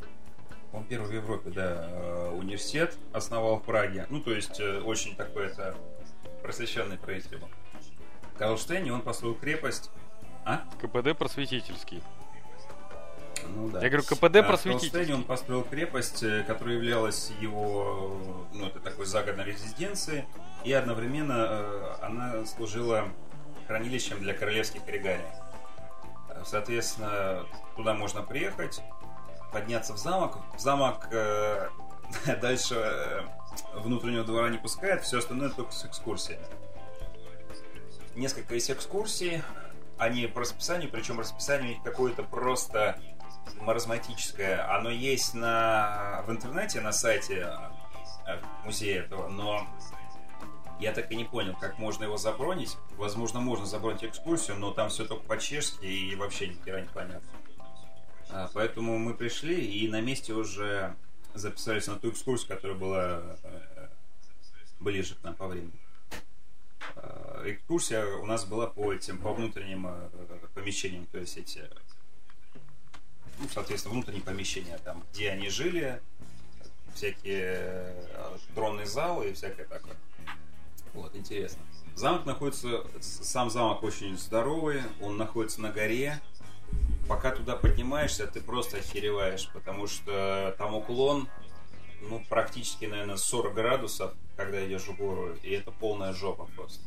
да, университет, основал в Праге. Ну, то есть, очень такой это просвещенный правитель был. В Карлштейне он построил крепость. КПД просветительский. Ну да. Я говорю, КПД просветительский. В Карлштейне он построил крепость, которая являлась его, ну, это такой загородной резиденцией, и одновременно она служила хранилищем для королевских регалий. Соответственно, туда можно приехать, подняться в замок. В замок дальше внутреннего двора не пускают, все остальное только с экскурсиями. Несколько есть экскурсий, они по расписанию, причем расписание у них какое-то просто маразматическое. Оно есть в интернете, на сайте музея этого, но я так и не понял, как можно его забронить. Возможно, можно забронить экскурсию, но там все только по-чешски и вообще ни хера не понятно. Поэтому мы пришли и на месте уже записались на ту экскурсию, которая была ближе к нам по времени. Экскурсия у нас была по внутренним помещениям, то есть эти, ну, соответственно, внутренние помещения, там, где они жили, всякие тронные залы и всякое такое. Вот, интересно. Сам замок очень здоровый, он находится на горе. Пока туда поднимаешься, ты просто охереваешь, потому что там уклон, ну, практически, наверное, 40 градусов, когда идешь в гору, и это полная жопа просто.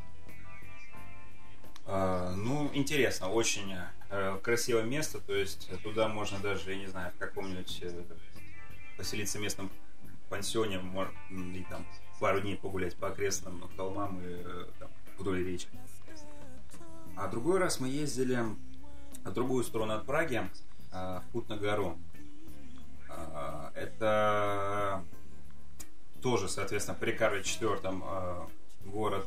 Ну, интересно, очень красивое место, то есть туда можно даже, я не знаю, в каком-нибудь поселиться в местном пансионе и там пару дней погулять по окрестным холмам и там, вдоль речки. А другой раз мы ездили на другую сторону от Праги, в Кутну-Гору. Это тоже, соответственно, при Карле IV город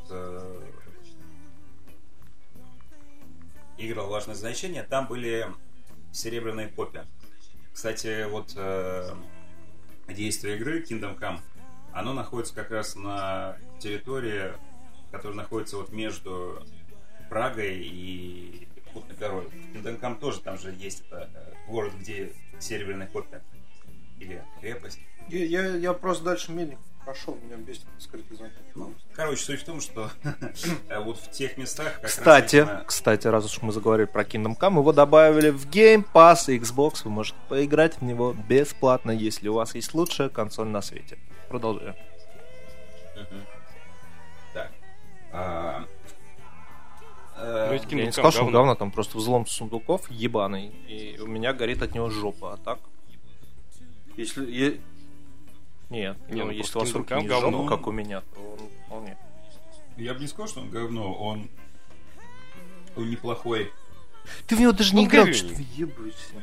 играл важное значение. Там были серебряные копья. Кстати, вот действие игры Kingdom Come, оно находится как раз на территории, которая находится вот между Прагой и Кутной Горой. В Kingdom Come тоже там же есть город, где серебряные копья. Или крепость. Я просто дальше медленно прошел, меня бесит скрытый замок. Ну, короче, суть в том, что вот в тех местах... Кстати, раз уж мы заговорили про Kingdom Come, его добавили в Game Pass и Xbox, вы можете поиграть в него бесплатно, если у вас есть лучшая консоль на свете. Продолжаем. Так. Я не сказал, что говно, там просто взлом сундуков ебаный, и у меня горит от него жопа, а так? Если... Нет, ну, если у вас руки не жопа, как у меня, то он вполне. Я бы не сказал, что он говно, он неплохой. Ты в него даже не играл, что ты ебаешься.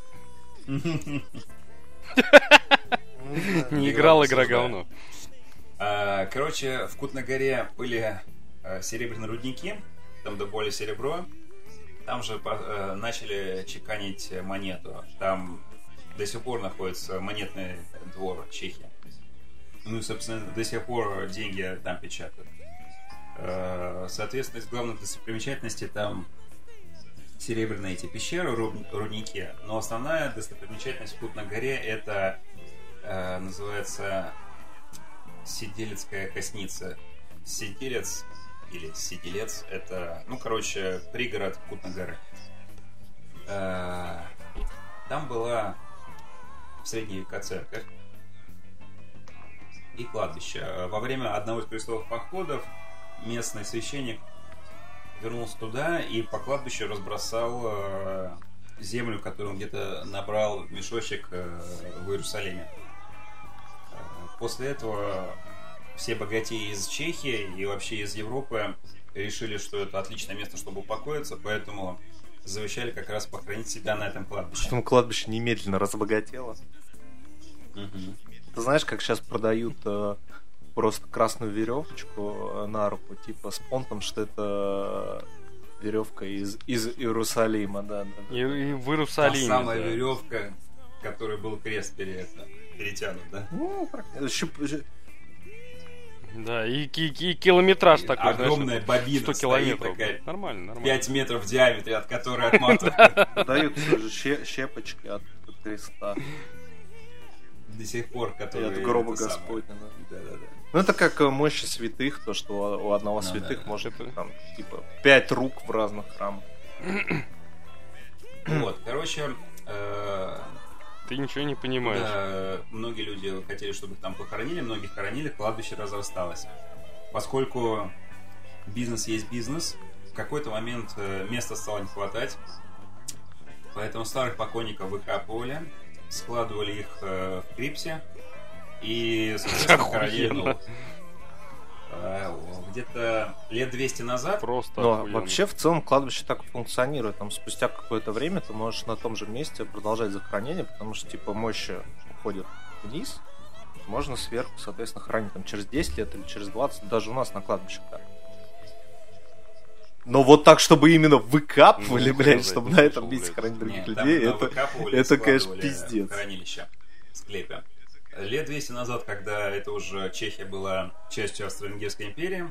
Не играл, игра говно. Короче, в Кутной-Горе были серебряные рудники, там добыли серебро, там же начали чеканить монету. Там до сих пор находится монетный двор Чехии. Ну и, собственно, до сих пор деньги там печатают. Соответственно, из главных достопримечательностей там серебряные эти пещеры, рудники. Но основная достопримечательность в Кутной-Горе это называется Сиделецкая косница. Сиделец или Сиделец это, ну, короче, пригород Кутной-Горы. Там была в средние века церковь и кладбище. Во время одного из крестовых походов местный священник вернулся туда и по кладбищу разбросал землю, которую он где-то набрал в мешочек в Иерусалиме. После этого все богатеи из Чехии и вообще из Европы решили, что это отличное место, чтобы упокоиться, поэтому завещали как раз похоронить себя на этом кладбище. Поэтому кладбище немедленно разбогатело. Ты знаешь, как сейчас продают просто красную веревочку на руку, типа с понтом, что это веревка из Иерусалима, да. И в Иерусалиме. Та самая веревка, которой был крест перетянут, да? Ну, Да, и километраж такой, огромная бобина 100 километров. такая, Нормально. 5 метров в диаметре, от которой отматывают. Дают тоже щепочки от креста. До сих пор, И которые... от гроба это самое. Господня. Да. Да. Ну, это как мощи святых, то, что у одного святых может там, типа, 5 рук в разных храмах. Вот, короче, Ты ничего не понимаешь. да, многие люди хотели, чтобы их там похоронили, многих хоронили, кладбище разрасталось. Поскольку бизнес есть бизнес, в какой-то момент места стало не хватать, поэтому старых покойников выкапывали, складывали их в крипсе и, соответственно, хоронили новых. Где-то лет 200 назад Просто Но охуенно. вообще в целом кладбище так и функционирует. Там спустя какое-то время ты можешь на том же месте продолжать захоронение, потому что типа мощи уходят вниз. Можно сверху, соответственно, хоронить там через 10 лет или через 20, даже у нас на кладбище так. Но вот так, чтобы именно выкапывали, Ну, блядь, хрен чтобы знает, на не этом слышал, месте блядь. хоронить других Нет, людей, там выкапывали, это, конечно, складывали пиздец. в хранилище, в склепе. Лет 200 назад, когда это уже Чехия была частью Австро-Венгерской империи,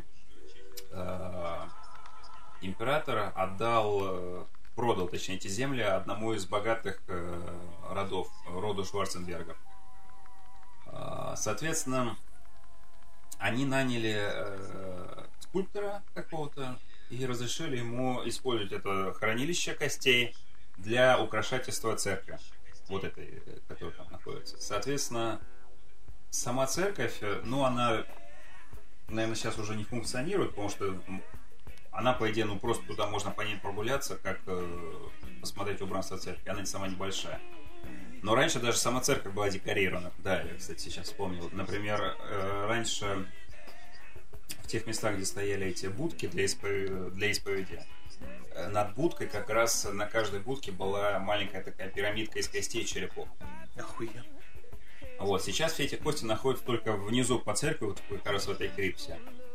император продал, точнее, эти земли одному из богатых родов, роду Шварценбергов. Соответственно, они наняли скульптора какого-то и разрешили ему использовать это хранилище костей для украшательства церкви. Вот этой, которая там находится. Соответственно, сама церковь, ну, она, наверное, сейчас уже не функционирует, потому что она, по идее, ну, просто туда можно по ней прогуляться, как посмотреть убранство церкви. Она сама небольшая. Но раньше даже сама церковь была декорирована. Да, я, кстати, сейчас вспомнил. Например, раньше в тех местах, где стояли эти будки для исповеди, над будкой как раз на каждой будке была маленькая такая пирамидка из костей и черепов. Охуенно. Вот, сейчас все эти кости находятся только внизу по церкви, вот как раз в этой крипсе.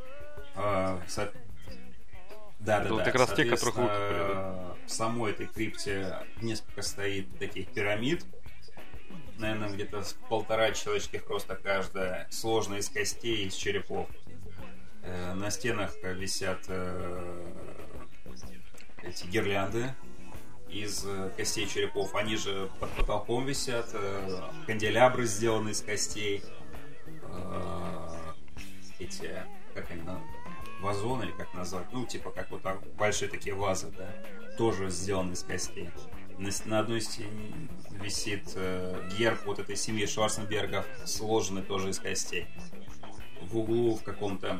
Да. вот как раз те, которых Соответственно, выкопали, в самой этой крипте несколько стоит таких пирамид. Наверное, где-то с 1,5 человеческих роста каждая, сложная из костей и из черепов. На стенах висят эти гирлянды из костей черепов. Они же под потолком висят. Канделябры сделаны из костей. Эти, как они, вазоны или как назвать? Ну, типа как вот так, большие такие вазы, да? Тоже сделаны из костей. На одной стене висит герб вот этой семьи Шварценбергов, сложенный тоже из костей. В углу в каком-то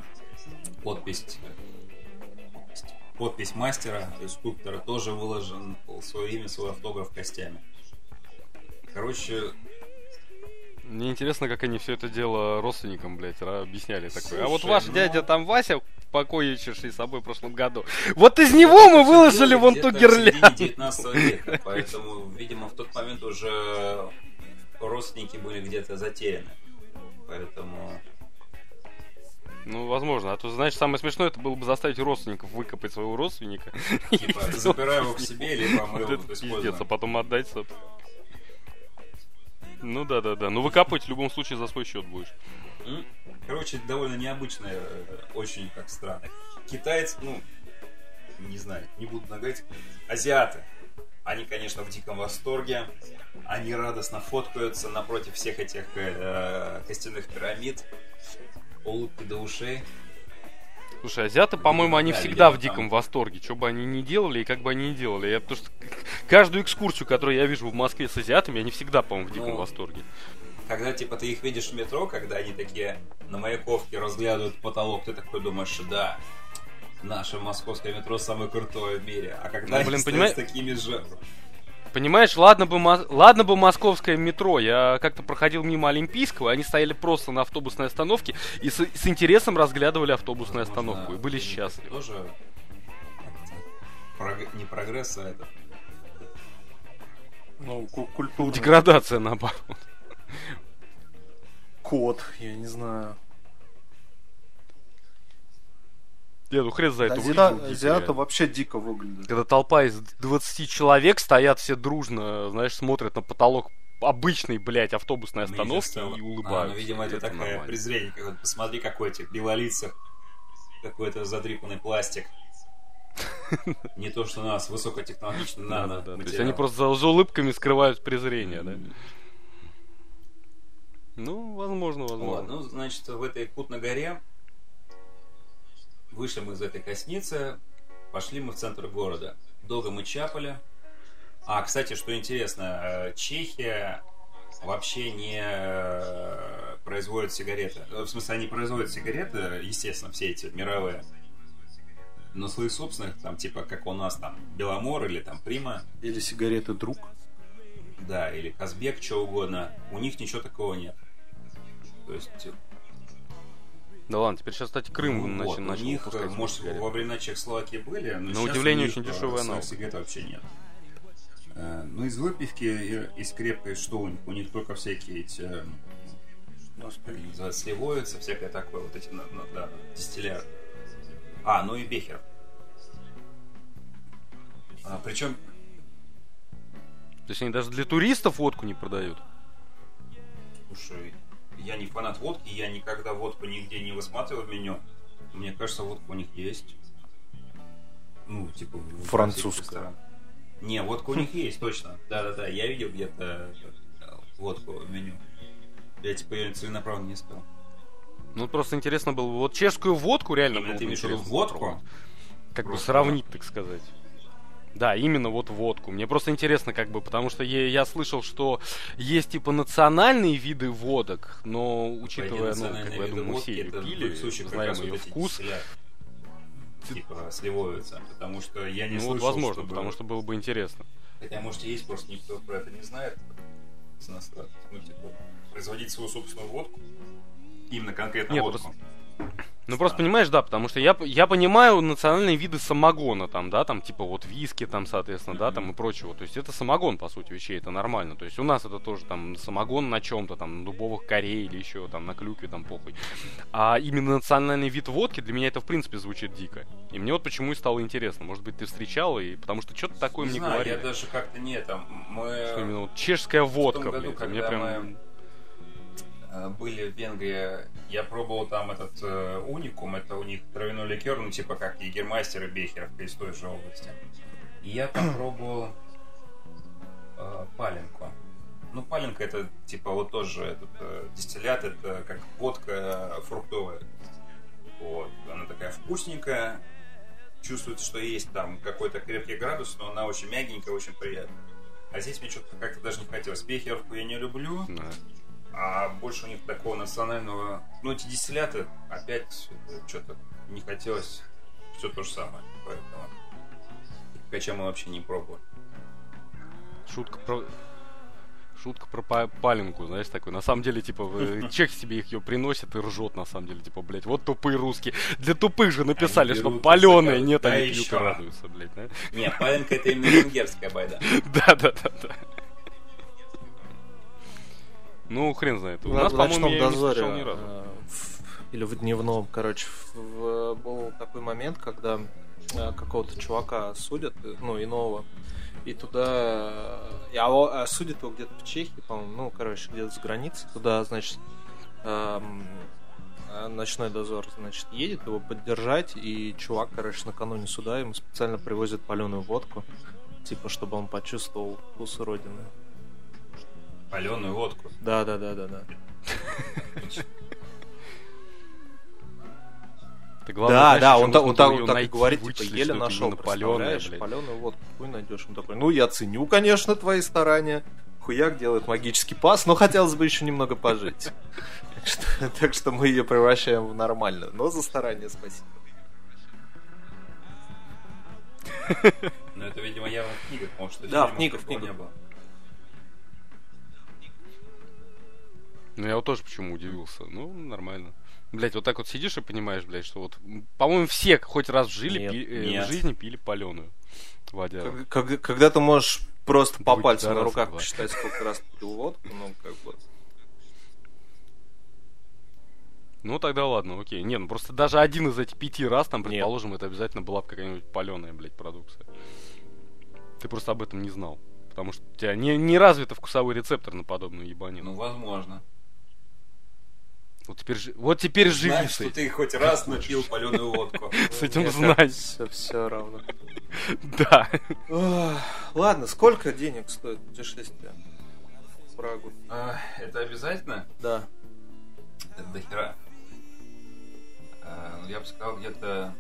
подпись мастера, то есть скульптора, тоже выложен свое имя, свой автограф костями. Короче, Мне интересно, как они все это дело родственникам, блядь, объясняли такое. Слушай, А вот ваш ну- дядя там Вася, покойничавший с собой в прошлом году, вот из него мы выложили вон ту где-то в середине гирлянду. 19 века, поэтому, видимо, в тот момент уже родственники были где-то затеряны. Поэтому... Ну, возможно. А то, значит, самое смешное, это было бы заставить родственников выкопать своего родственника. Типа, забирай его к себе, либо мы Вот его это пиздец, а используем. потом отдать, собственно. Ну да. Ну выкапывать в любом случае за свой счет будешь. Короче, довольно необычное, очень как странно. Китайцы, ну, не знаю, не буду нагадить. Азиаты, они, конечно, в диком восторге. Они радостно фоткаются напротив всех этих костяных пирамид. Улыбки до ушей. Слушай, азиаты, по-моему, они Да, всегда в видимо, диком там. восторге. Что бы они ни делали и как бы они ни делали. Потому что каждую экскурсию, которую я вижу в Москве с азиатами, они всегда, по-моему, в диком Ну, восторге. когда, типа, ты их видишь в метро, когда они такие на Маяковке разглядывают потолок, ты такой думаешь, да, наше московское метро самое крутое в мире. А когда они стоят с такими же... Понимаешь, ладно бы московское метро. Я как-то проходил мимо Олимпийского, они стояли просто на автобусной остановке и с интересом разглядывали автобусную остановку. И были счастливы. Тоже не прогресс, а это... Ну, культура. Деградация, наоборот. Код, я не знаю. Ну хрен за это Азиаты вообще дико выглядят. Когда толпа из 20 человек стоят все дружно, знаешь, смотрят на потолок обычной, блядь, автобусной остановки и улыбаются. Ну, видимо, это такое нормально. Презрение. Посмотри, какой этих белолицых, какой-то задрипанный пластик. Не то, что у нас высокотехнологичный нано. То есть они просто за улыбками скрывают презрение, да? Ну, возможно. Ну, значит, в этой Кут-на-горе вышли мы из этой косницы, пошли мы в центр города. Долго мы чапали. А, кстати, что интересно, Чехия вообще не производит сигареты. В смысле, они производят сигареты, естественно, все эти мировые. Но своих собственных, там, типа, как у нас там, Беломор или там Прима. Или сигареты Друг. Да, или Казбек, что угодно. У них ничего такого нет. То есть... Да ладно, теперь сейчас, кстати, Крым начал у них, может, сигареты. Во времена Чехословакии были, но на удивление очень дешевая аналог. Сигарет вообще нет. Ну, из выпивки, из крепкой, что у них? У них только всякие эти... сливовица, всякое такое, вот эти, да, дистилляры. Ну и Бехер. Причем... То есть они даже для туристов водку не продают? Слушай, я не фанат водки, я никогда водку нигде не высматривал в меню. Мне кажется, водка у них есть. Ну, типа... Французская. Не, водка у них есть, точно. Да-да-да, я видел где-то водку в меню. Я, типа, ее целенаправленно не искал. Ну, просто интересно было, вот чешскую водку реально было ты интересно. Водку? Как бы сравнить, так сказать. Да, именно вот водку. Мне просто интересно, как бы, потому что я слышал, что есть, типа, национальные виды водок, но, учитывая, ну, как бы, я думаю, мы все ее пили, знаем ее вкус. Типа, сливовица, потому что я не слышал, вот, возможно, чтобы... потому что было бы интересно. Хотя, может, есть, просто никто про это не знает. Ну, типа, производить свою собственную водку. Именно конкретно водку. Просто понимаешь, да, потому что я понимаю национальные виды самогона, там, да, там, типа, вот виски, там, соответственно, да, там, и прочего. То есть это самогон, по сути вещей, это нормально. То есть у нас это тоже, там, самогон на чем-то, там, на дубовых коре или еще, там, на клюкве, там, похуй. А именно национальный вид водки для меня это, в принципе, звучит дико. И мне вот почему и стало интересно. Может быть, ты встречал, и потому что что-то такое мне говорили. Я даже как-то не, там, мы... Что именно вот чешская водка, году, блядь, мне прям... были в Венгрии, я пробовал там этот уникум, это у них травяной ликер, ну типа как Егермастер и Бехер из той же области. И я там пробовал паленку. Ну паленка это типа вот тоже этот дистиллят, это как водка фруктовая. Вот. Она такая вкусненькая, чувствуется, что есть там какой-то крепкий градус, но она очень мягенькая, очень приятная. А здесь мне что-то как-то даже не хотелось. Бехерку я не люблю. А больше у них такого национального... Ну, эти дистилляты, опять что-то не хотелось. Все то же самое. Поэтому кача мы вообще не пробовали. Шутка про паленку, знаешь, такой. На самом деле, типа, чех себе их ее приносит и ржет, на самом деле. Типа, блядь, вот тупые русские. Для тупых же написали, что паленые. Нет, они пьют и радуются, блядь. Не, паленка это именно венгерская байда. Да. Ну, хрен знает. У нас, по-моему, я не слышал ни разу. Или в дневном, короче, был такой момент, когда какого-то чувака судят, ну, иного, и туда... судят его где-то в Чехии, по-моему, ну, короче, где-то с границы. Туда, значит, ночной дозор, значит, едет его поддержать, и чувак, короче, накануне суда ему специально привозят паленую водку, типа, чтобы он почувствовал вкус родины. Паленую водку? Да. Да, он так и говорит, типа, еле нашел, представляешь, паленую водку, хуй найдешь. Он такой, ну, я ценю, конечно, твои старания, хуяк делает магический пас, но хотелось бы еще немного пожить. Так что мы ее превращаем в нормальную. Но за старание спасибо. Ну, это, видимо, явно в книгах, потому что Да, в фильмов книгах такого не было. Ну, я вот тоже почему удивился. Ну, нормально. Блять, вот так вот сидишь и понимаешь, блядь, что вот, по-моему, все хоть раз в жизни пили паленую водяру. Когда ты можешь просто по Будь пальцам на пидорасом, руках да. посчитать, сколько раз пил водку, ну, как бы... Ну, тогда ладно, окей. Не, ну просто даже один из этих 5 раз, там, Нет. предположим, это обязательно была бы какая-нибудь паленая, блядь, продукция. Ты просто об этом не знал. Потому что у тебя не развит вкусовой рецептор на подобную ебанину. Ну, возможно. Вот теперь живи Знаешь, с что этим. ты хоть раз напил паленую водку. С этим Мне знай. Все равно. Да. Ладно, сколько денег стоит путешествие в Прагу? Это обязательно? Да. Это дохера. Я бы сказал, где-то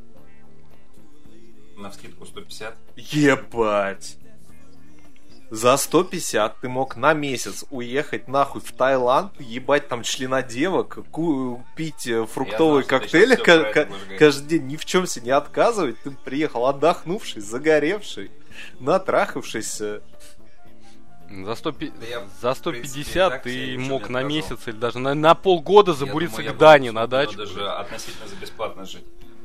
навскидку 150. Ебать. За 150 ты мог на месяц уехать нахуй в Таиланд, ебать там членодевок, пить фруктовые Я знал, что ты коктейли сейчас всё про это будешь говорить. каждый день, ни в чем себе не отказывать. Ты приехал отдохнувший, загоревший, натрахавшийся. За 150 в принципе, так себе ты ничего мог не на отказывал. месяц или даже на полгода Я забуриться думаю, я к бы Дане смог на дачу. даже относительно за бесплатно жить.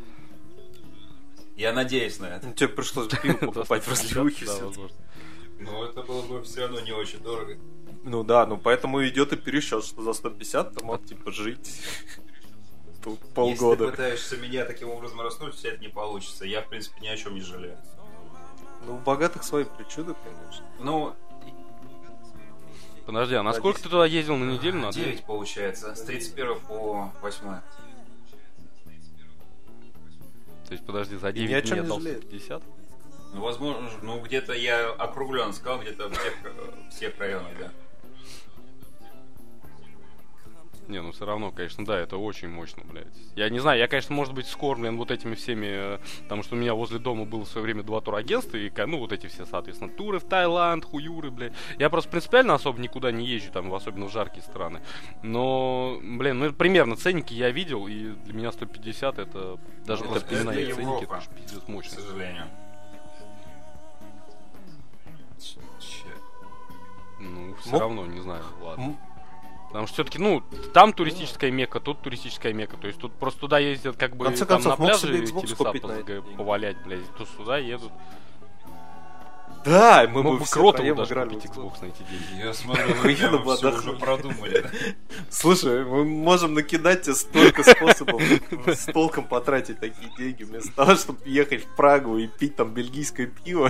Я надеюсь на это. Тебе пришлось бы пиво покупать в разливухе. Да, возможно. Но это было бы все равно не очень дорого. Ну да, ну поэтому идет и пересчет, что за 150 ты мог типа жить тут Если ты полгода. пытаешься меня таким образом раснуть, у тебя это не получится. Я, в принципе, ни о чем не жалею. Ну, у богатых свои причуды, конечно. Ну, Подожди, а насколько ты туда ездил на неделю? На 9 получается. С 31 по 8. То есть, подожди, за ни о 9 чем дней не отдал жалею. 150? Ну, возможно, ну где-то я округленно сказал, где-то в всех районах, да. Не, ну все равно, конечно, да, это очень мощно, блядь. Я не знаю, я, конечно, может быть, скормлен вот этими всеми, потому что у меня возле дома было в свое время 2 турагентства, и, ну, вот эти все, соответственно, туры в Таиланд, хуюры, блядь. Я просто принципиально особо никуда не езжу, там, особенно в жаркие страны. Но, блин, ну, примерно ценники я видел, и для меня 150 это, даже Ну, вот это вспоминая Европа. ценники, это ж пиздец К мощно. сожалению. Ну, все Мог- равно, не знаю, ладно. М- Потому что все-таки, ну, там туристическая мекка, тут туристическая мекка. То есть тут просто туда ездят как бы В конце там концов, на мог пляже себе Xbox телеса купить на эти деньги. повалять, блядь. Тут сюда едут. Да, мы Мог бы бы все Кротову втроем даже играли купить в Xbox. Xbox на эти деньги. Я смотрю, вы Охуенно прямо бы все уже отдохнуть. продумали. Слушай, мы можем накидать тебе столько способов с толком потратить такие деньги, вместо того, чтобы ехать в Прагу и пить там бельгийское пиво.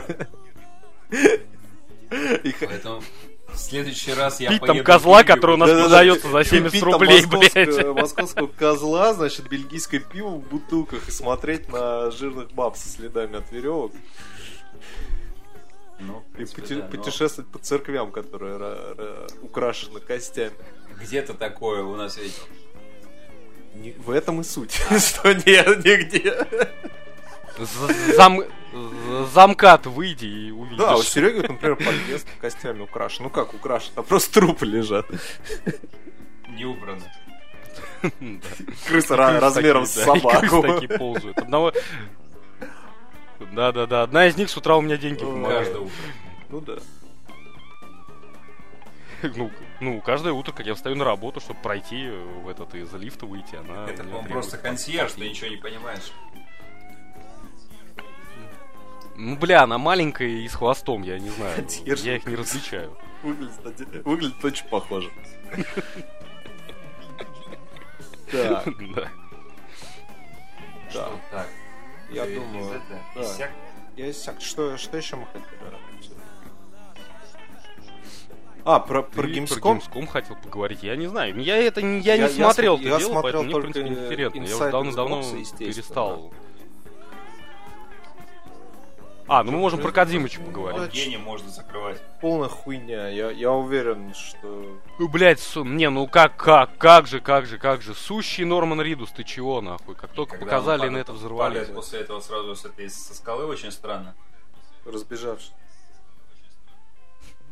И х- Поэтому в следующий раз я Пить там поеду козла, в Бельгию. который у нас Да-да-да, продается за пить 70 там рублей, блядь. московского козла, значит, бельгийское пиво в бутылках и смотреть на жирных баб со следами от веревок. Ну, в И принципе, да, но путешествовать по церквям, которые украшены костями. где-то такое у нас есть. В этом и суть, что нет нигде. Замкат выйди и увидишь. Да, у Сереги, например, подъезд костями украшен. Ну как украшен? Там просто трупы лежат. Не убрано. Крыса размером с Такие, да, и крысы собаку. такие ползают. Да-да-да, одна из них с утра у меня деньги помогает. Каждое утро. Ну да. Ну, каждое утро, как я встаю на работу, чтобы пройти в этот из лифта выйти, она... Это, у меня по-моему, требует просто консьерж, ты ничего не понимаешь. Ну, бля, она маленькая и с хвостом, я не знаю. Консьерж. Я их не различаю. Выглядит очень похоже. Да, Да. Что так? я Ты думаю, из этого да. иссяк? Я иссяк. Что еще мы хотели обсудить? А, про Ты про Gamescom? Gamescom хотел поговорить, я не знаю. Я не смотрел это я дело, смотрел поэтому мне, в только принципе, интересно. Я Inside уже давно-давно Xbox, естественно. перестал. А, ну мы можем про Кодзимыча поговорить. Евгения можно закрывать. Полная хуйня. Я уверен, что... Ну, блядь, ну как же. Сущий Норман Ридус, ты чего, нахуй? Как только Когда показали, он на это взорвались. падает после этого сразу со скалы очень странно. Разбежавшись.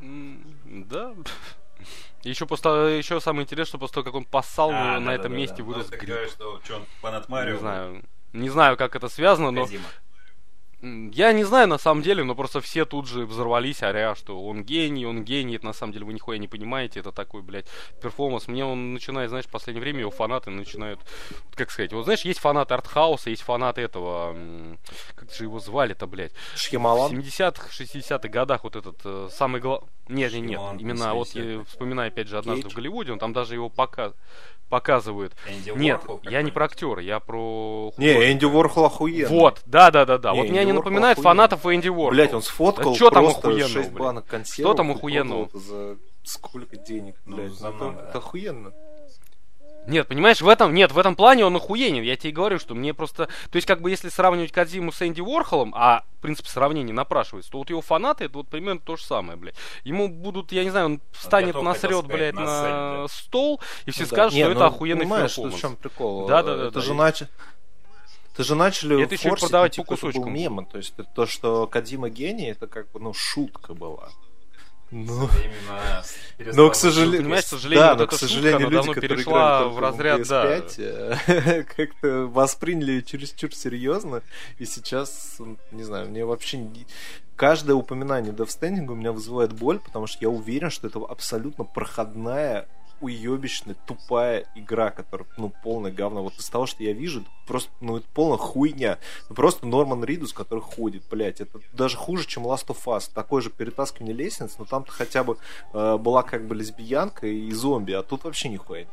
Да. Еще самое интересное, что после того, как он поссал, на этом месте вырос ты гриб. говоришь, что он фанат Марио. Не знаю, как это связано, но... Кодзима. Я не знаю на самом деле, но просто все тут же взорвались, оря, что он гений, это на самом деле вы нихуя не понимаете, это такой, блядь, перформанс. Мне он начинает, знаешь, в последнее время его фанаты начинают, как сказать, вот знаешь, есть фанаты артхауса, есть фанаты этого, как же его звали-то, блядь? Шьямалан? В 70-х, 60-х годах вот этот самый главный... Нет, именно вот я вспоминаю опять же «Однажды в Голливуде», он там даже его показывают. Нет, я не про актера, я про... Не, Энди Уорхол охуенный. Вот, да. Вот мне они напоминают фанатов Энди Уорхола. Блять, он сфоткал что там просто охуенного, 6 банок консервов. Что там охуенного? За сколько денег, блядь. Это охуенно. Нет, понимаешь, в этом плане он охуенен. Я тебе говорю, что мне просто... То есть, как бы, если сравнивать Кодзиму с Энди Уорхолом, а, в принципе, сравнение напрашивается, то вот его фанаты, это вот примерно то же самое, блядь. Ему будут, я не знаю, он встанет, насрет, блядь, на стол, и все скажут, что это охуенный перформанс. Понимаешь, в чем прикол? Да. Это же начали это еще продавать по кусочкам. Это был мем, то есть то, что Кодзима гений, это как бы, шутка была. Но, к сожалению, понимаешь, к сожалению, да, вот но, эта к сожалению, шутка, люди, которые перешла играли в разряд, PS5, как-то восприняли ее чересчур серьезно, и сейчас, не знаю, мне вообще каждое упоминание Death Stranding у меня вызывает боль, потому что я уверен, что это абсолютно проходная, уебищная, тупая игра, которая, полное говно. Вот из того, что я вижу, просто, это полная хуйня. Просто Норман Ридус, который ходит, блядь. Это даже хуже, чем Last of Us. Такое же перетаскивание лестниц, но там-то хотя бы была как бы лесбиянка и зомби, а тут вообще нихуя.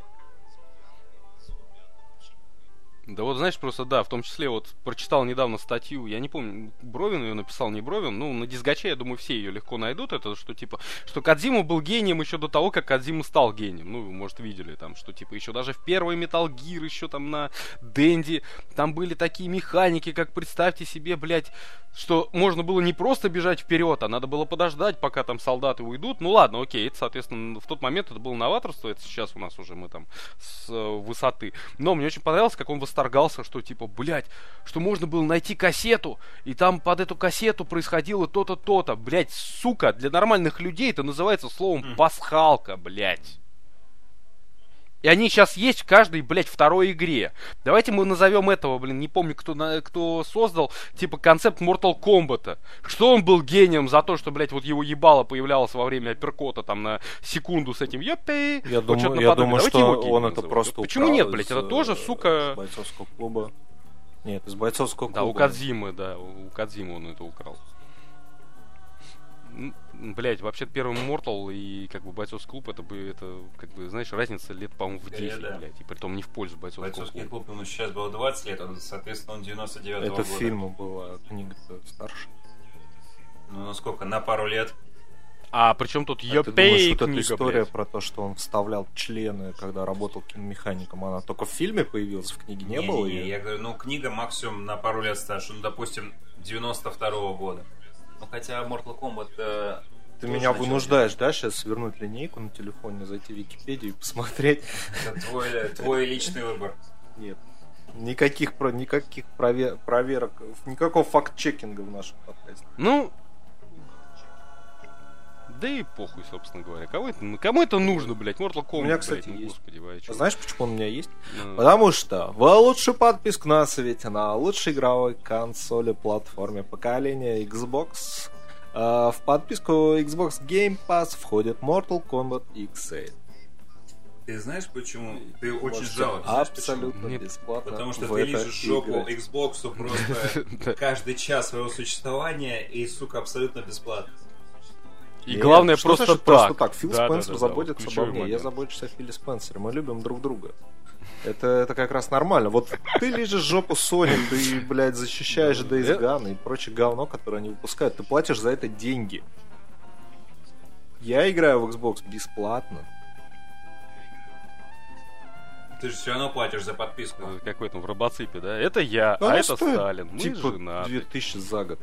Да вот, знаешь, просто, да, в том числе, вот, прочитал недавно статью, я не помню, Бровин ее написал, не Бровин, на Дисгаче, я думаю, все ее легко найдут, это, что, типа, что Кодзима был гением еще до того, как Кодзима стал гением, вы, может, видели, там, что, типа, еще даже в первый Metal Gear, еще там на Денди, там были такие механики, как, представьте себе, блядь, что можно было не просто бежать вперед, а надо было подождать, пока там солдаты уйдут, ладно, окей, это, соответственно, в тот момент это было новаторство, это сейчас у нас уже мы там с высоты, но мне очень понравилось, как он восторгался, что типа, блядь, что можно было найти кассету, и там под эту кассету происходило то-то, то-то, блядь, сука, для нормальных людей это называется словом пасхалка, блядь. И они сейчас есть в каждой, блядь, второй игре. Давайте мы назовем этого, не помню, кто создал, типа, концепт Mortal Kombat. Что он был гением за то, что, блядь, вот его ебало появлялось во время апперкота там на секунду с этим «Ёппи». Я думаю, что он это просто Почему нет, блядь, это тоже, сука... Из бойцовского клуба. Нет, из бойцовского клуба. Да, у Кодзимы он это украл. Блять, вообще-то первый Mortal и как бы бойцовский клуб, это как бы, знаешь, разница лет, по-моему, в 10, блядь, и притом не в пользу бойцовского клуба. Бойцовский клуб, ему сейчас было 20 лет, соответственно, он 99-го года. Это фильм была, книга-то старше. Сколько, на пару лет? А причем тут Ты думаешь, книга, вот эта история блядь. про то, что он вставлял члены, когда работал киномехаником, она только в фильме появилась, в книге не было? Я говорю, книга максимум на пару лет старше, допустим, 92-го года. Хотя Mortal Kombat... Ты меня вынуждаешь, да, сейчас свернуть линейку на телефоне, зайти в Википедию и посмотреть. Это твой личный выбор. Нет. Никаких проверок, никакого факт-чекинга в нашем подкасте. Да и похуй, собственно говоря. Кому это нужно, блядь? Mortal Kombat, у меня, кстати, блядь, есть. Господи, знаешь, почему он у меня есть? Потому что вы лучший подписку на свете на лучшей игровой консоли платформе поколения Xbox. В подписку Xbox Game Pass входит Mortal Kombat XA. Ты знаешь почему? Ты очень жалуешься. Абсолютно бесплатно. Потому что ты лижешь жопу Xbox просто каждый час своего существования и, сука, абсолютно бесплатно. И главное, просто так. Фил Спенсер заботится обо мне, я забочусь о Филе Спенсере. Мы любим друг друга. Это как раз нормально. Вот ты лижешь жопу Sony, ты, блядь, защищаешь Days Gone и прочее говно, которое они выпускают. Ты платишь за это деньги. Я играю в Xbox бесплатно. Ты же все равно платишь за подписку. Как в этом, в Робоципе, да? Это я, а это Сталин. Мы типа женаты. 2000 за год.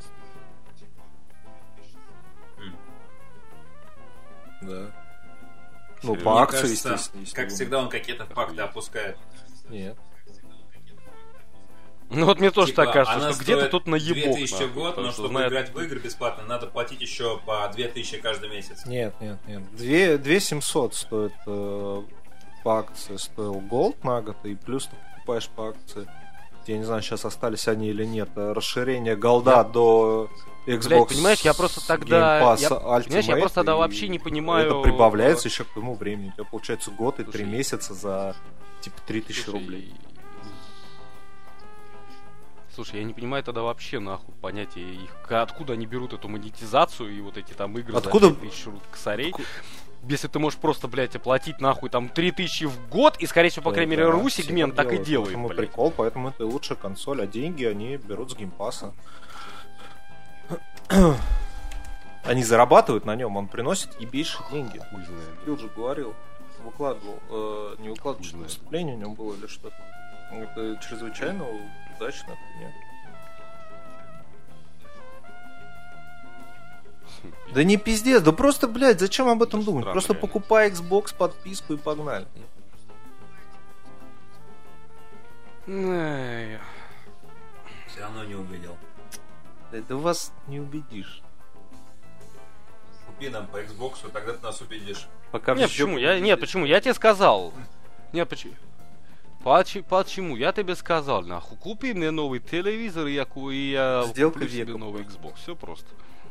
Да. По акции, кажется, естественно. Как всегда, он какие-то факты опускает. Нет. Ну вот мне тоже Типа, так кажется, она что где-то стоит тут наебок. 2000 в нахуй, год, потому но что чтобы знает- играть в игры бесплатно, надо платить еще по 2000 каждый месяц. Нет. 2700 стоит по акции стоил Gold на год, и плюс ты покупаешь по акции. Я не знаю, сейчас остались они или нет. Расширение голда до Xbox. Блядь, понимаешь, я просто тогда... Game Pass я, Ultimate, понимаешь, я просто тогда и вообще не понимаю... Это прибавляется еще к тому времени. У тебя получается год и 3 Слушай, месяца за типа 3000 Слушай, рублей. Слушай, я не понимаю тогда вообще нахуй понятие их. Откуда они берут эту монетизацию и вот эти там игры Откуда- за 5000 косарей. Если ты можешь просто, блядь, оплатить нахуй там 3000 в год, и, скорее всего, по крайней мере, Да, ру все сегмент так и делают. делает, Поэтому блядь. прикол, поэтому это лучшая консоль, а деньги они берут с геймпаса. Они зарабатывают на нем, он приносит ебейшие деньги. Хуй знает. Фил же говорил, выкладывал, не выкладывал, что Знаю. выступление у него было или что-то. Это чрезвычайно удачная хуйня. Да не пиздец, да просто, блядь, зачем об этом Это думать? странно, Просто реально. покупай Xbox, подписку и погнали. Эй. Все равно не убедил. Да вас не убедишь. Купи нам по Xbox, тогда ты нас убедишь. Пока Нет, в почему? жопу Нет, почему? Я тебе сказал. Нет, почему? Почему? Я тебе сказал, нахуй, купи мне новый телевизор, и я Сделка куплю себе века новый Xbox. Все просто.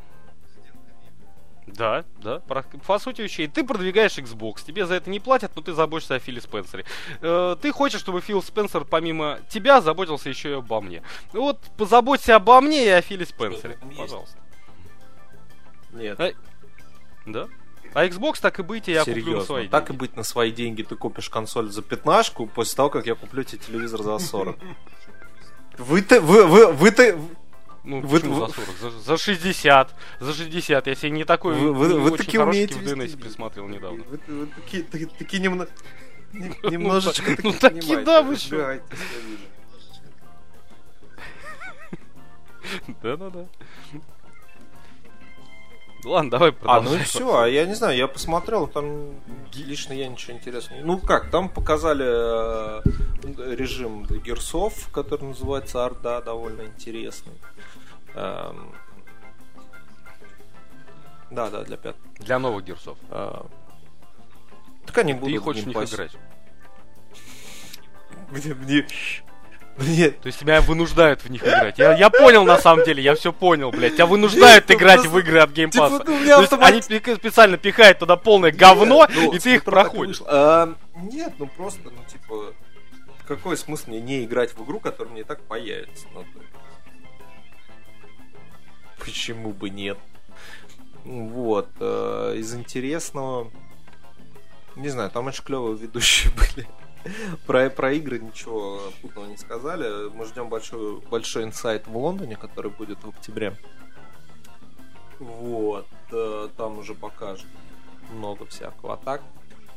Да. По сути вещей, ты продвигаешь Xbox, тебе за это не платят, но ты заботишься о Филе Спенсере. Ты хочешь, чтобы Фил Спенсер помимо тебя заботился еще и обо мне. Вот позаботься обо мне и о Филе Спенсере. в этом есть. Пожалуйста. Нет. Да? А Xbox, так и быть, я куплю на Серьезно, свои так деньги. и быть, на свои деньги ты купишь консоль за 15 после того, как я куплю тебе телевизор за 40. Вы-то... Ну, Вы- почему вы- за 40? За 60. За 60. Я себе не такой Вы не очень таки хороший умеете в вести DNS деньги. присмотрел недавно. Вы такие немножечко... ну таки да, вы чё? разбираетесь, я вижу. Да. Ладно, давай Ну и продолжай. все, а я не знаю, я посмотрел, там лично я ничего интересного. Ну как, там показали режим для гирсов, который называется Орда, довольно интересный. Да, для 5. Для новых гирсов. Так они Ты будут хочешь в них геймпассе. играть. Мне... То есть тебя вынуждают в них играть. Я понял на самом деле, я все понял, блядь. Тебя вынуждают Нет, играть просто- в игры от геймпасса. Типа, ну, у меня То есть они специально пихают туда полное говно, Ну, и ты их смотри, так и проходишь. вышло. Нет, ну просто, ну типа, какой смысл мне не играть в игру, которая мне и так появится? Ну, почему бы нет? Вот. Из интересного... Не знаю, там очень клевые ведущие были. Про игры ничего путного не сказали. Мы ждем большой инсайт в Лондоне, который будет в октябре. Вот. Там уже покажут много всякого. А так,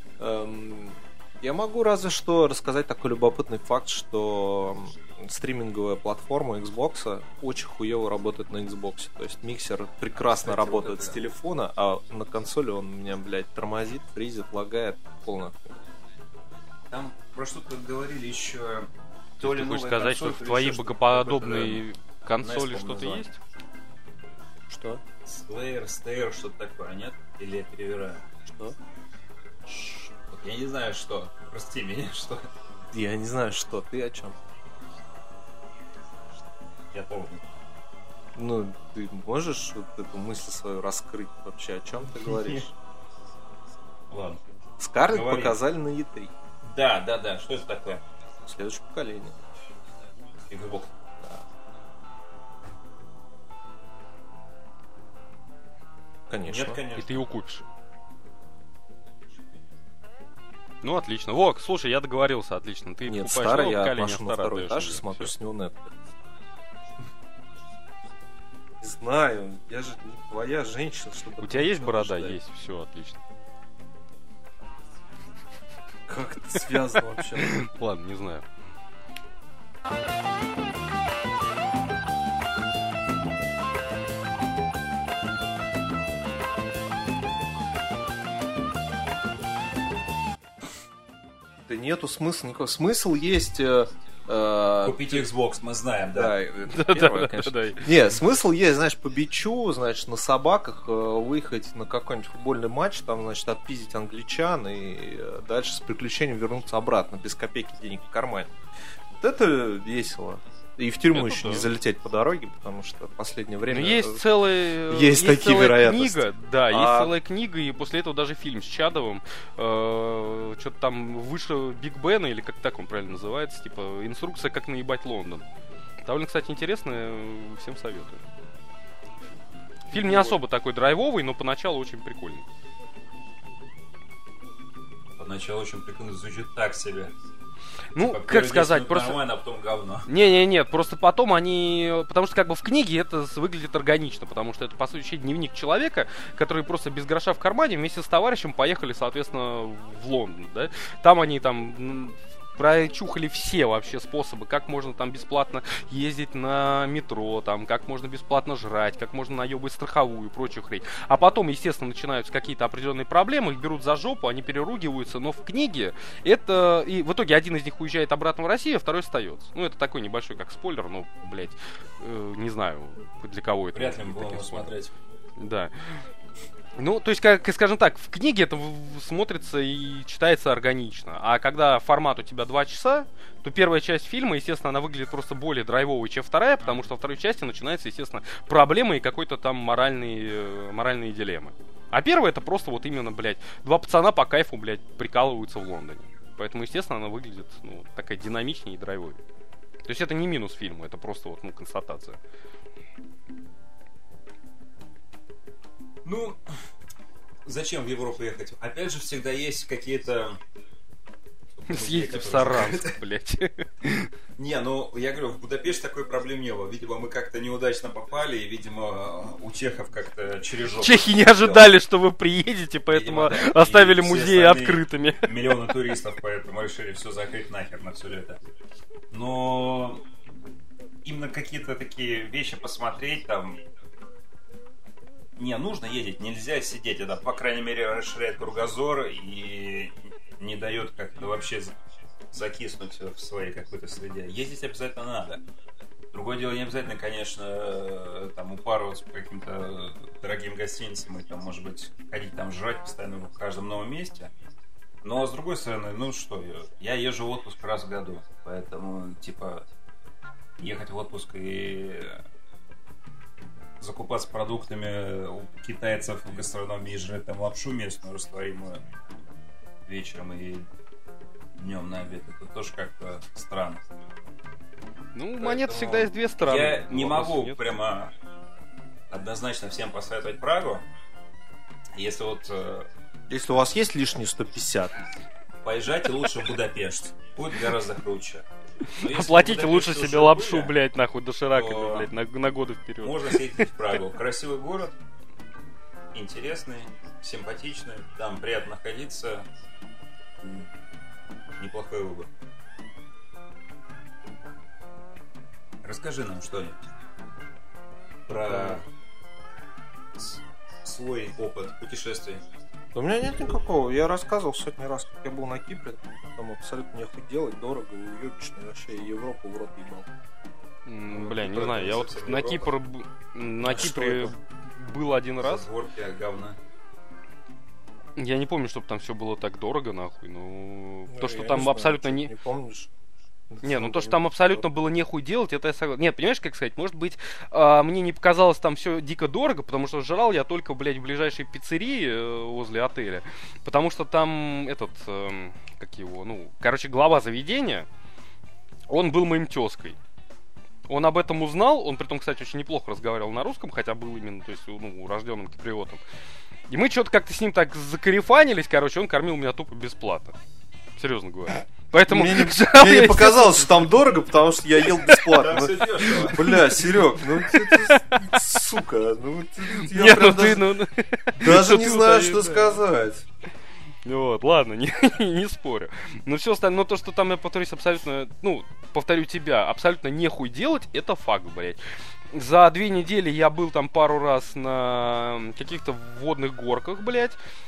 я могу разве что рассказать такой любопытный факт, что стриминговая платформа Xbox очень хуево работает на Xbox. То есть миксер прекрасно Кстати, работает вот это с да. телефона, а на консоли он меня, блядь, тормозит, фризит, лагает полная хуйня. Там про что-то говорили еще... То ли Ты хочешь новая сказать, что консоль, в то ли твоей еще что-то богоподобной такое, консоли NES, что-то по-моему, есть? Что? которое- Slayer, что-то такое, нет? Или я перевираю? Что? Вот я не знаю, что. Прости меня, что. Я не знаю, что. Ты о чем? Я помню. Ну, ты можешь вот эту мысль свою раскрыть вообще? О чем ты говоришь? Ладно. Скарлетт Говори. показали на E3. Да. Что это такое? Следующее поколение. Xbox. Конечно. Нет, конечно. И ты его купишь. Ну, отлично. Во, слушай, я договорился, отлично. Ты Нет, покупаешь старый, новое я поколение, отношу на старое второй отдаешь этаж и мне. смотрю Всё. с него Netflix. Не знаю, я же не твоя женщина, чтобы... У тебя есть борода? ждать. Есть, все, отлично. Как это связано вообще? Ладно, не знаю. Да нету смысла никакого. Смысл есть Купить Xbox, мы знаем, да. Первое, конечно. Не, смысл есть, знаешь, по бичу, значит, на собаках выехать на какой-нибудь футбольный матч, там, значит, отпиздить англичан и дальше с приключением вернуться обратно, без копейки денег в кармане. Вот это весело. И в тюрьму это еще не залететь по дороге, потому что в последнее время... Есть целая вероятности. Книга, да, есть целая книга, и после этого даже фильм с Чадовым, что-то там выше Биг Бена, или как так он правильно называется, типа инструкция, как наебать Лондон. Довольно, кстати, интересно, всем советую. Фильм не особо такой драйвовый, но поначалу очень прикольный. Поначалу очень прикольно, звучит так себе. Ну, типа, как сказать, просто... Нормально, а потом говно. Нет, просто потом они... Потому что как бы в книге это выглядит органично, потому что это, по сути, дневник человека, который просто без гроша в кармане вместе с товарищем поехали, соответственно, в Лондон, да? Там они там... прочухали все вообще способы, как можно там бесплатно ездить на метро, там, как можно бесплатно жрать, как можно наебать страховую и прочую хрень. А потом, естественно, начинаются какие-то определенные проблемы, их берут за жопу, они переругиваются, но в книге это... И в итоге один из них уезжает обратно в Россию, а второй остается. Ну, это такой небольшой, как спойлер, но, блядь, не знаю, для кого это. Вряд ли мы будем его смотреть. Да. Ну, то есть, как, скажем так, в книге это смотрится и читается органично. А когда формат у тебя 2 часа, то первая часть фильма, естественно, она выглядит просто более драйвовой, чем вторая, потому что во второй части начинается, естественно, проблемы и какой-то там моральные дилеммы. А первая это просто вот именно, блядь, 2 пацана по кайфу, блядь, прикалываются в Лондоне. Поэтому, естественно, она выглядит, ну, такая динамичнее и драйвовой. То есть это не минус фильма, это просто вот, ну, констатация. Ну, зачем в Европу ехать? Опять же, всегда есть какие-то... Съездите в Саранск, блядь. Не, ну, я говорю, в Будапешт такой проблем не было. Видимо, мы как-то неудачно попали, и, видимо, у чехов как-то через жопу. Чехи не ожидали, что вы приедете, поэтому видимо, да. Оставили музеи открытыми. Миллионы туристов, поэтому решили все закрыть нахер на все лето. Но именно какие-то такие вещи посмотреть, там... Не, нужно ездить, нельзя сидеть. Это, по крайней мере, расширяет кругозор и не дает как-то вообще закиснуть в своей какой-то среде. Ездить обязательно надо. Другое дело, не обязательно, конечно, там упарываться по каким-то дорогим гостиницам и там, может быть, ходить там жрать постоянно в каждом новом месте. Но, с другой стороны, ну что, я езжу в отпуск раз в году. Поэтому, типа, ехать в отпуск и... закупаться продуктами у китайцев в гастрономии и жрать там лапшу местную растворимую вечером и днем на обед. Это тоже как-то странно. Ну, поэтому монет всегда есть 2 стороны. Я не могу прямо однозначно всем посоветовать Прагу. Если вот... Если у вас есть лишние 150, поезжайте лучше в Будапешт. Будет гораздо круче. Оплатите лучше себе лапшу, блядь, нахуй, дошираками, блядь, на годы вперед. Можно съездить в Прагу. Красивый город, интересный, симпатичный, там приятно находиться. Неплохой выбор. Расскажи нам что-нибудь про свой опыт путешествий. У меня нет никакого. Я рассказывал сотни раз, как я был на Кипре. Там абсолютно нехуй делать, дорого, уебищно. Вообще Европу в рот ебал. Бля, не знаю. Я вот на Кипре был один раз. Горки, говна. Я не помню, чтобы там все было так дорого, нахуй. Ну, то, что там абсолютно не... Не помнишь? Не, ну то, что там абсолютно было нехуй делать, это я согласен. Нет, понимаешь, как сказать, может быть, мне не показалось там все дико дорого, потому что жрал я только, блядь, в ближайшей пиццерии возле отеля. Потому что там глава заведения, он был моим тезкой. Он об этом узнал, он притом, кстати, очень неплохо разговаривал на русском, хотя был именно, то есть, урожденным киприотом. И мы что-то как-то с ним так закарифанились, короче, он кормил меня тупо бесплатно. Серьезно говорю. Поэтому мне не показалось, что там дорого, потому что я ел бесплатно. Бля, Серег, сука, я даже не знаю, что сказать. Вот, ладно, не спорю. Но все остальное, то, что там, я повторюсь, абсолютно, повторю тебя, абсолютно нехуй делать, это факт, блядь. За 2 недели я был там пару раз на каких-то водных горках, блядь.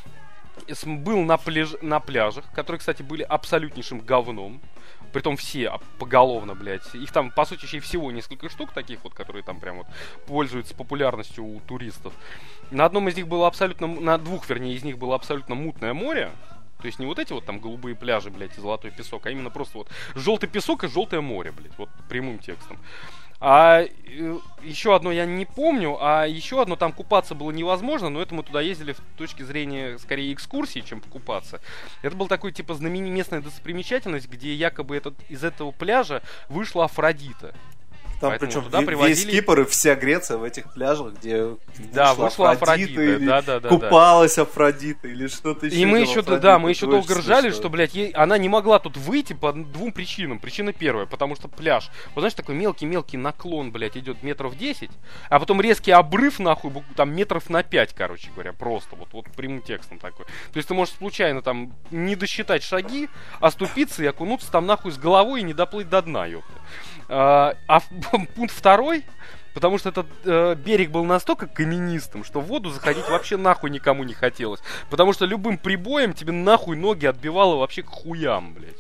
был на пляжах, которые, кстати, были абсолютнейшим говном. Притом все поголовно, блядь. Их там, по сути, еще и всего несколько штук таких вот, которые там прям вот пользуются популярностью у туристов. На одном из них было абсолютно... На двух, вернее, из них было абсолютно мутное море. То есть не вот эти вот там голубые пляжи, блядь, и золотой песок, а именно просто вот желтый песок и желтое море, блядь. Вот прямым текстом. А еще одно я не помню, а еще одно там купаться было невозможно, но это мы туда ездили с точки зрения скорее экскурсии, чем покупаться. Это был такой типа местная достопримечательность, где якобы из этого пляжа вышла Афродита. Там причем весь Кипр и вся Греция в этих пляжах, где вышла Афродита или купалась Афродита или что-то еще. И мы еще, мы еще долго ржали, что, блядь, она не могла тут выйти по двум причинам. Причина первая, потому что пляж, вот знаешь, такой мелкий-мелкий наклон, блядь, идет метров 10, а потом резкий обрыв, нахуй, там метров на 5, короче говоря, просто, вот прямым текстом такой. То есть ты можешь случайно там не досчитать шаги, оступиться и окунуться там нахуй с головой и не доплыть до дна, ёпта. А пункт второй, потому что этот берег был настолько каменистым, что в воду заходить вообще нахуй никому не хотелось. Потому что любым прибоем тебе нахуй ноги отбивало вообще к хуям, блядь.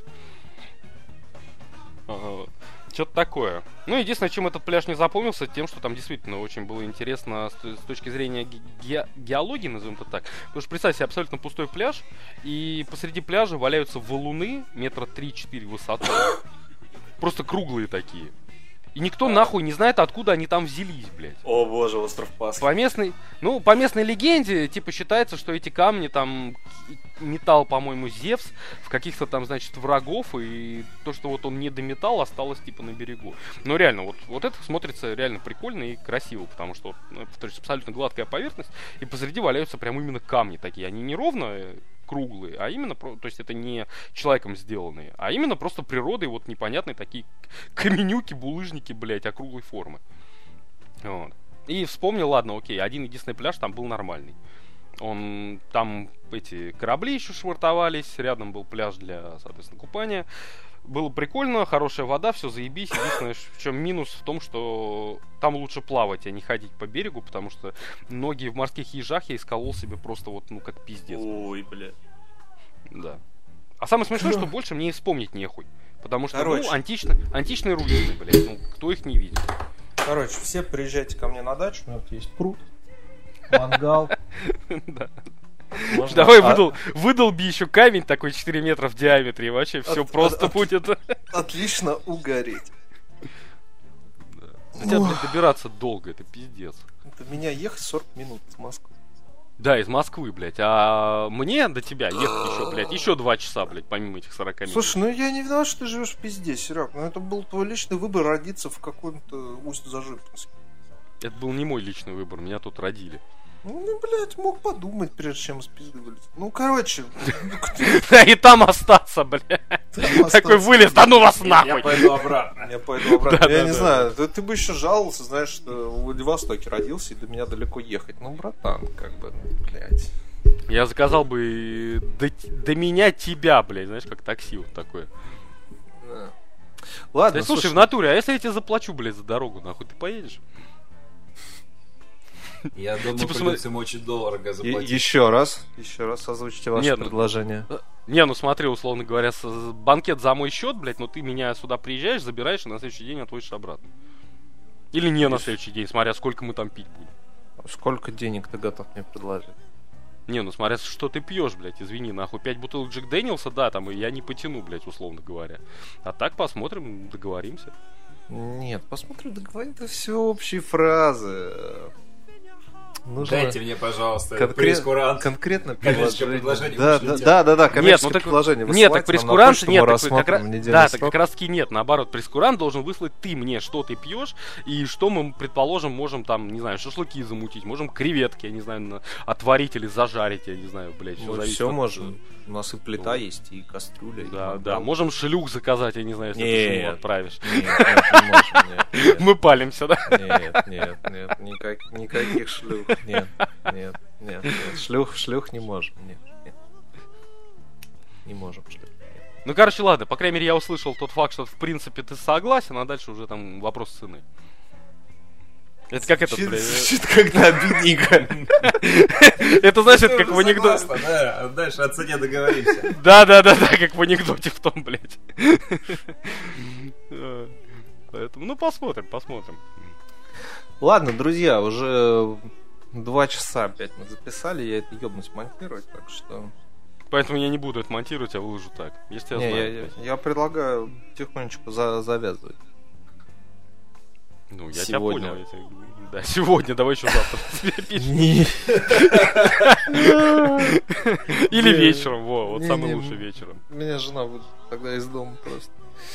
Что-то такое. Ну, единственное, чем этот пляж не запомнился, тем, что там действительно очень было интересно с точки зрения геологии, назовем это так. Потому что, представь себе, абсолютно пустой пляж, и посреди пляжа валяются валуны метра 3-4 высотой. Просто круглые такие. И никто нахуй не знает, откуда они там взялись, блядь. О боже, остров Пасхи. По местной легенде, типа, считается, что эти камни там метал, по-моему, Зевс в каких-то там, значит, врагов, и то, что вот он не дометал, осталось, типа, на берегу. Но реально, вот это смотрится реально прикольно и красиво, потому что, повторюсь, абсолютно гладкая поверхность, и посреди валяются прям именно камни такие. Они не ровно круглые, а именно, то есть это не человеком сделанные, а именно просто природой вот непонятные такие каменюки, булыжники, блять, округлой формы. Вот. И вспомнил, ладно, окей, один единственный пляж там был нормальный. Там эти корабли еще швартовались, рядом был пляж для, соответственно, купания. Было прикольно, хорошая вода, все заебись. Единственное, в чем минус в том, что там лучше плавать, а не ходить по берегу, потому что ноги в морских ежах я исколол себе просто вот, как пиздец. Ой, бля. Да. А самое смешное, что больше мне и вспомнить нехуй. Потому что, античные руины, блядь, кто их не видел. Короче, все приезжайте ко мне на дачу, у меня тут есть пруд, мангал. Да. Давай выдолби еще камень такой 4 метра в диаметре, и вообще все просто будет. Отлично угореть. До тебя, блядь, добираться долго, это пиздец. До меня ехать 40 минут из Москвы. Да, из Москвы, блядь. А мне до тебя ехать еще, блядь, еще 2 часа, блядь, помимо этих 40 минут. Слушай, я не виноват, что ты живешь в пизде, Серег. Это был твой личный выбор родиться в каком-то Усть-Зажитковске. Это был не мой личный выбор, меня тут родили. Блядь, мог подумать, прежде чем из пизды вылез. Короче. И там остаться, блядь. Такой вылез, да ну вас нахуй. Я пойду обратно. Я не знаю, ты бы еще жаловался, знаешь, что в Владивостоке родился и до меня далеко ехать. Братан, как бы, блядь. Я заказал бы до меня тебя, блядь, знаешь, как такси вот такое. Ладно, слушай, в натуре, а если я тебе заплачу, блядь, за дорогу, нахуй, ты поедешь? Я думаю, придется ему очень дорого заплатить. Еще раз озвучите ваше предложение. Смотри, условно говоря, банкет за мой счет, блядь, но ты меня сюда приезжаешь, забираешь и на следующий день отвозишь обратно. Или не на следующий день, смотря сколько мы там пить будем. Сколько денег ты готов мне предложить? Смотря что ты пьешь, блядь, извини, нахуй, 5 бутылок Джек Дэниелса, да, там, и я не потяну, блядь, условно говоря. А так посмотрим, договоримся. Нет, посмотрим, договоримся, это все общие фразы. Дайте мне, пожалуйста, прейскурант. Конкретно предложение. Да, коммерческое предложение. Нет, так прейскурант, как раз таки нет. Наоборот, прейскурант должен выслать ты мне, что ты пьешь, и что мы, предположим, можем там, не знаю, шашлыки замутить, можем креветки, я не знаю, отварить или зажарить, я не знаю, блядь. Все можем. У нас и плита есть, и кастрюля. Да, можем шлюх заказать, я не знаю, если ты ему отправишь. Нет, не можем, мы палимся, да? Нет, никаких шлюх. Нет. Шлюх не можем. Нет. Не можем шлюх. Короче, ладно, по крайней мере, я услышал тот факт, что в принципе ты согласен, а дальше уже там вопрос цены. Это как это, блядь. Звучит как на обидника. Это, знаешь, это как в анекдоте. Да, дальше о цене договоримся. Да, как в анекдоте в том, блядь. Поэтому, ну, посмотрим. Ладно, друзья, уже 2 часа опять мы записали, я это ебнусь монтировать, так что... Поэтому я не буду это монтировать, а выложу так. Если я знаю. Я предлагаю тихонечко завязывать. Ну, я Сегодня. тебя понял. Да, сегодня, давай еще завтра. Или вечером, вот самый лучший вечером. Меня жена будет тогда из дома просто.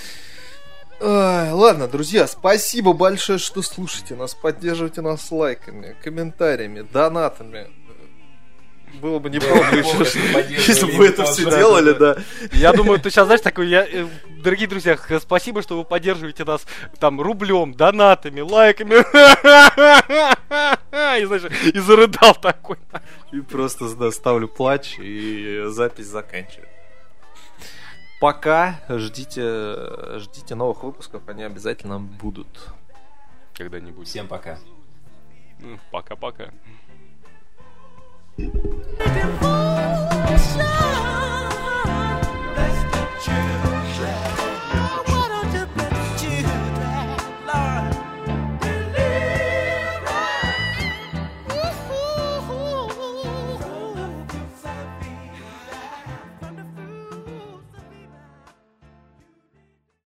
Ладно, друзья, спасибо большое, что слушаете нас, поддерживаете нас лайками, комментариями, донатами. Было бы неплохо, если бы вы это все делали, да. Я думаю, ты сейчас, знаешь, такой, дорогие друзья, спасибо, что вы поддерживаете нас там рублем, донатами, лайками. И, знаешь, и зарыдал такой. И просто ставлю плач, и запись заканчиваю. Пока, ждите новых выпусков, они обязательно будут. Когда-нибудь. Всем пока. Пока-пока.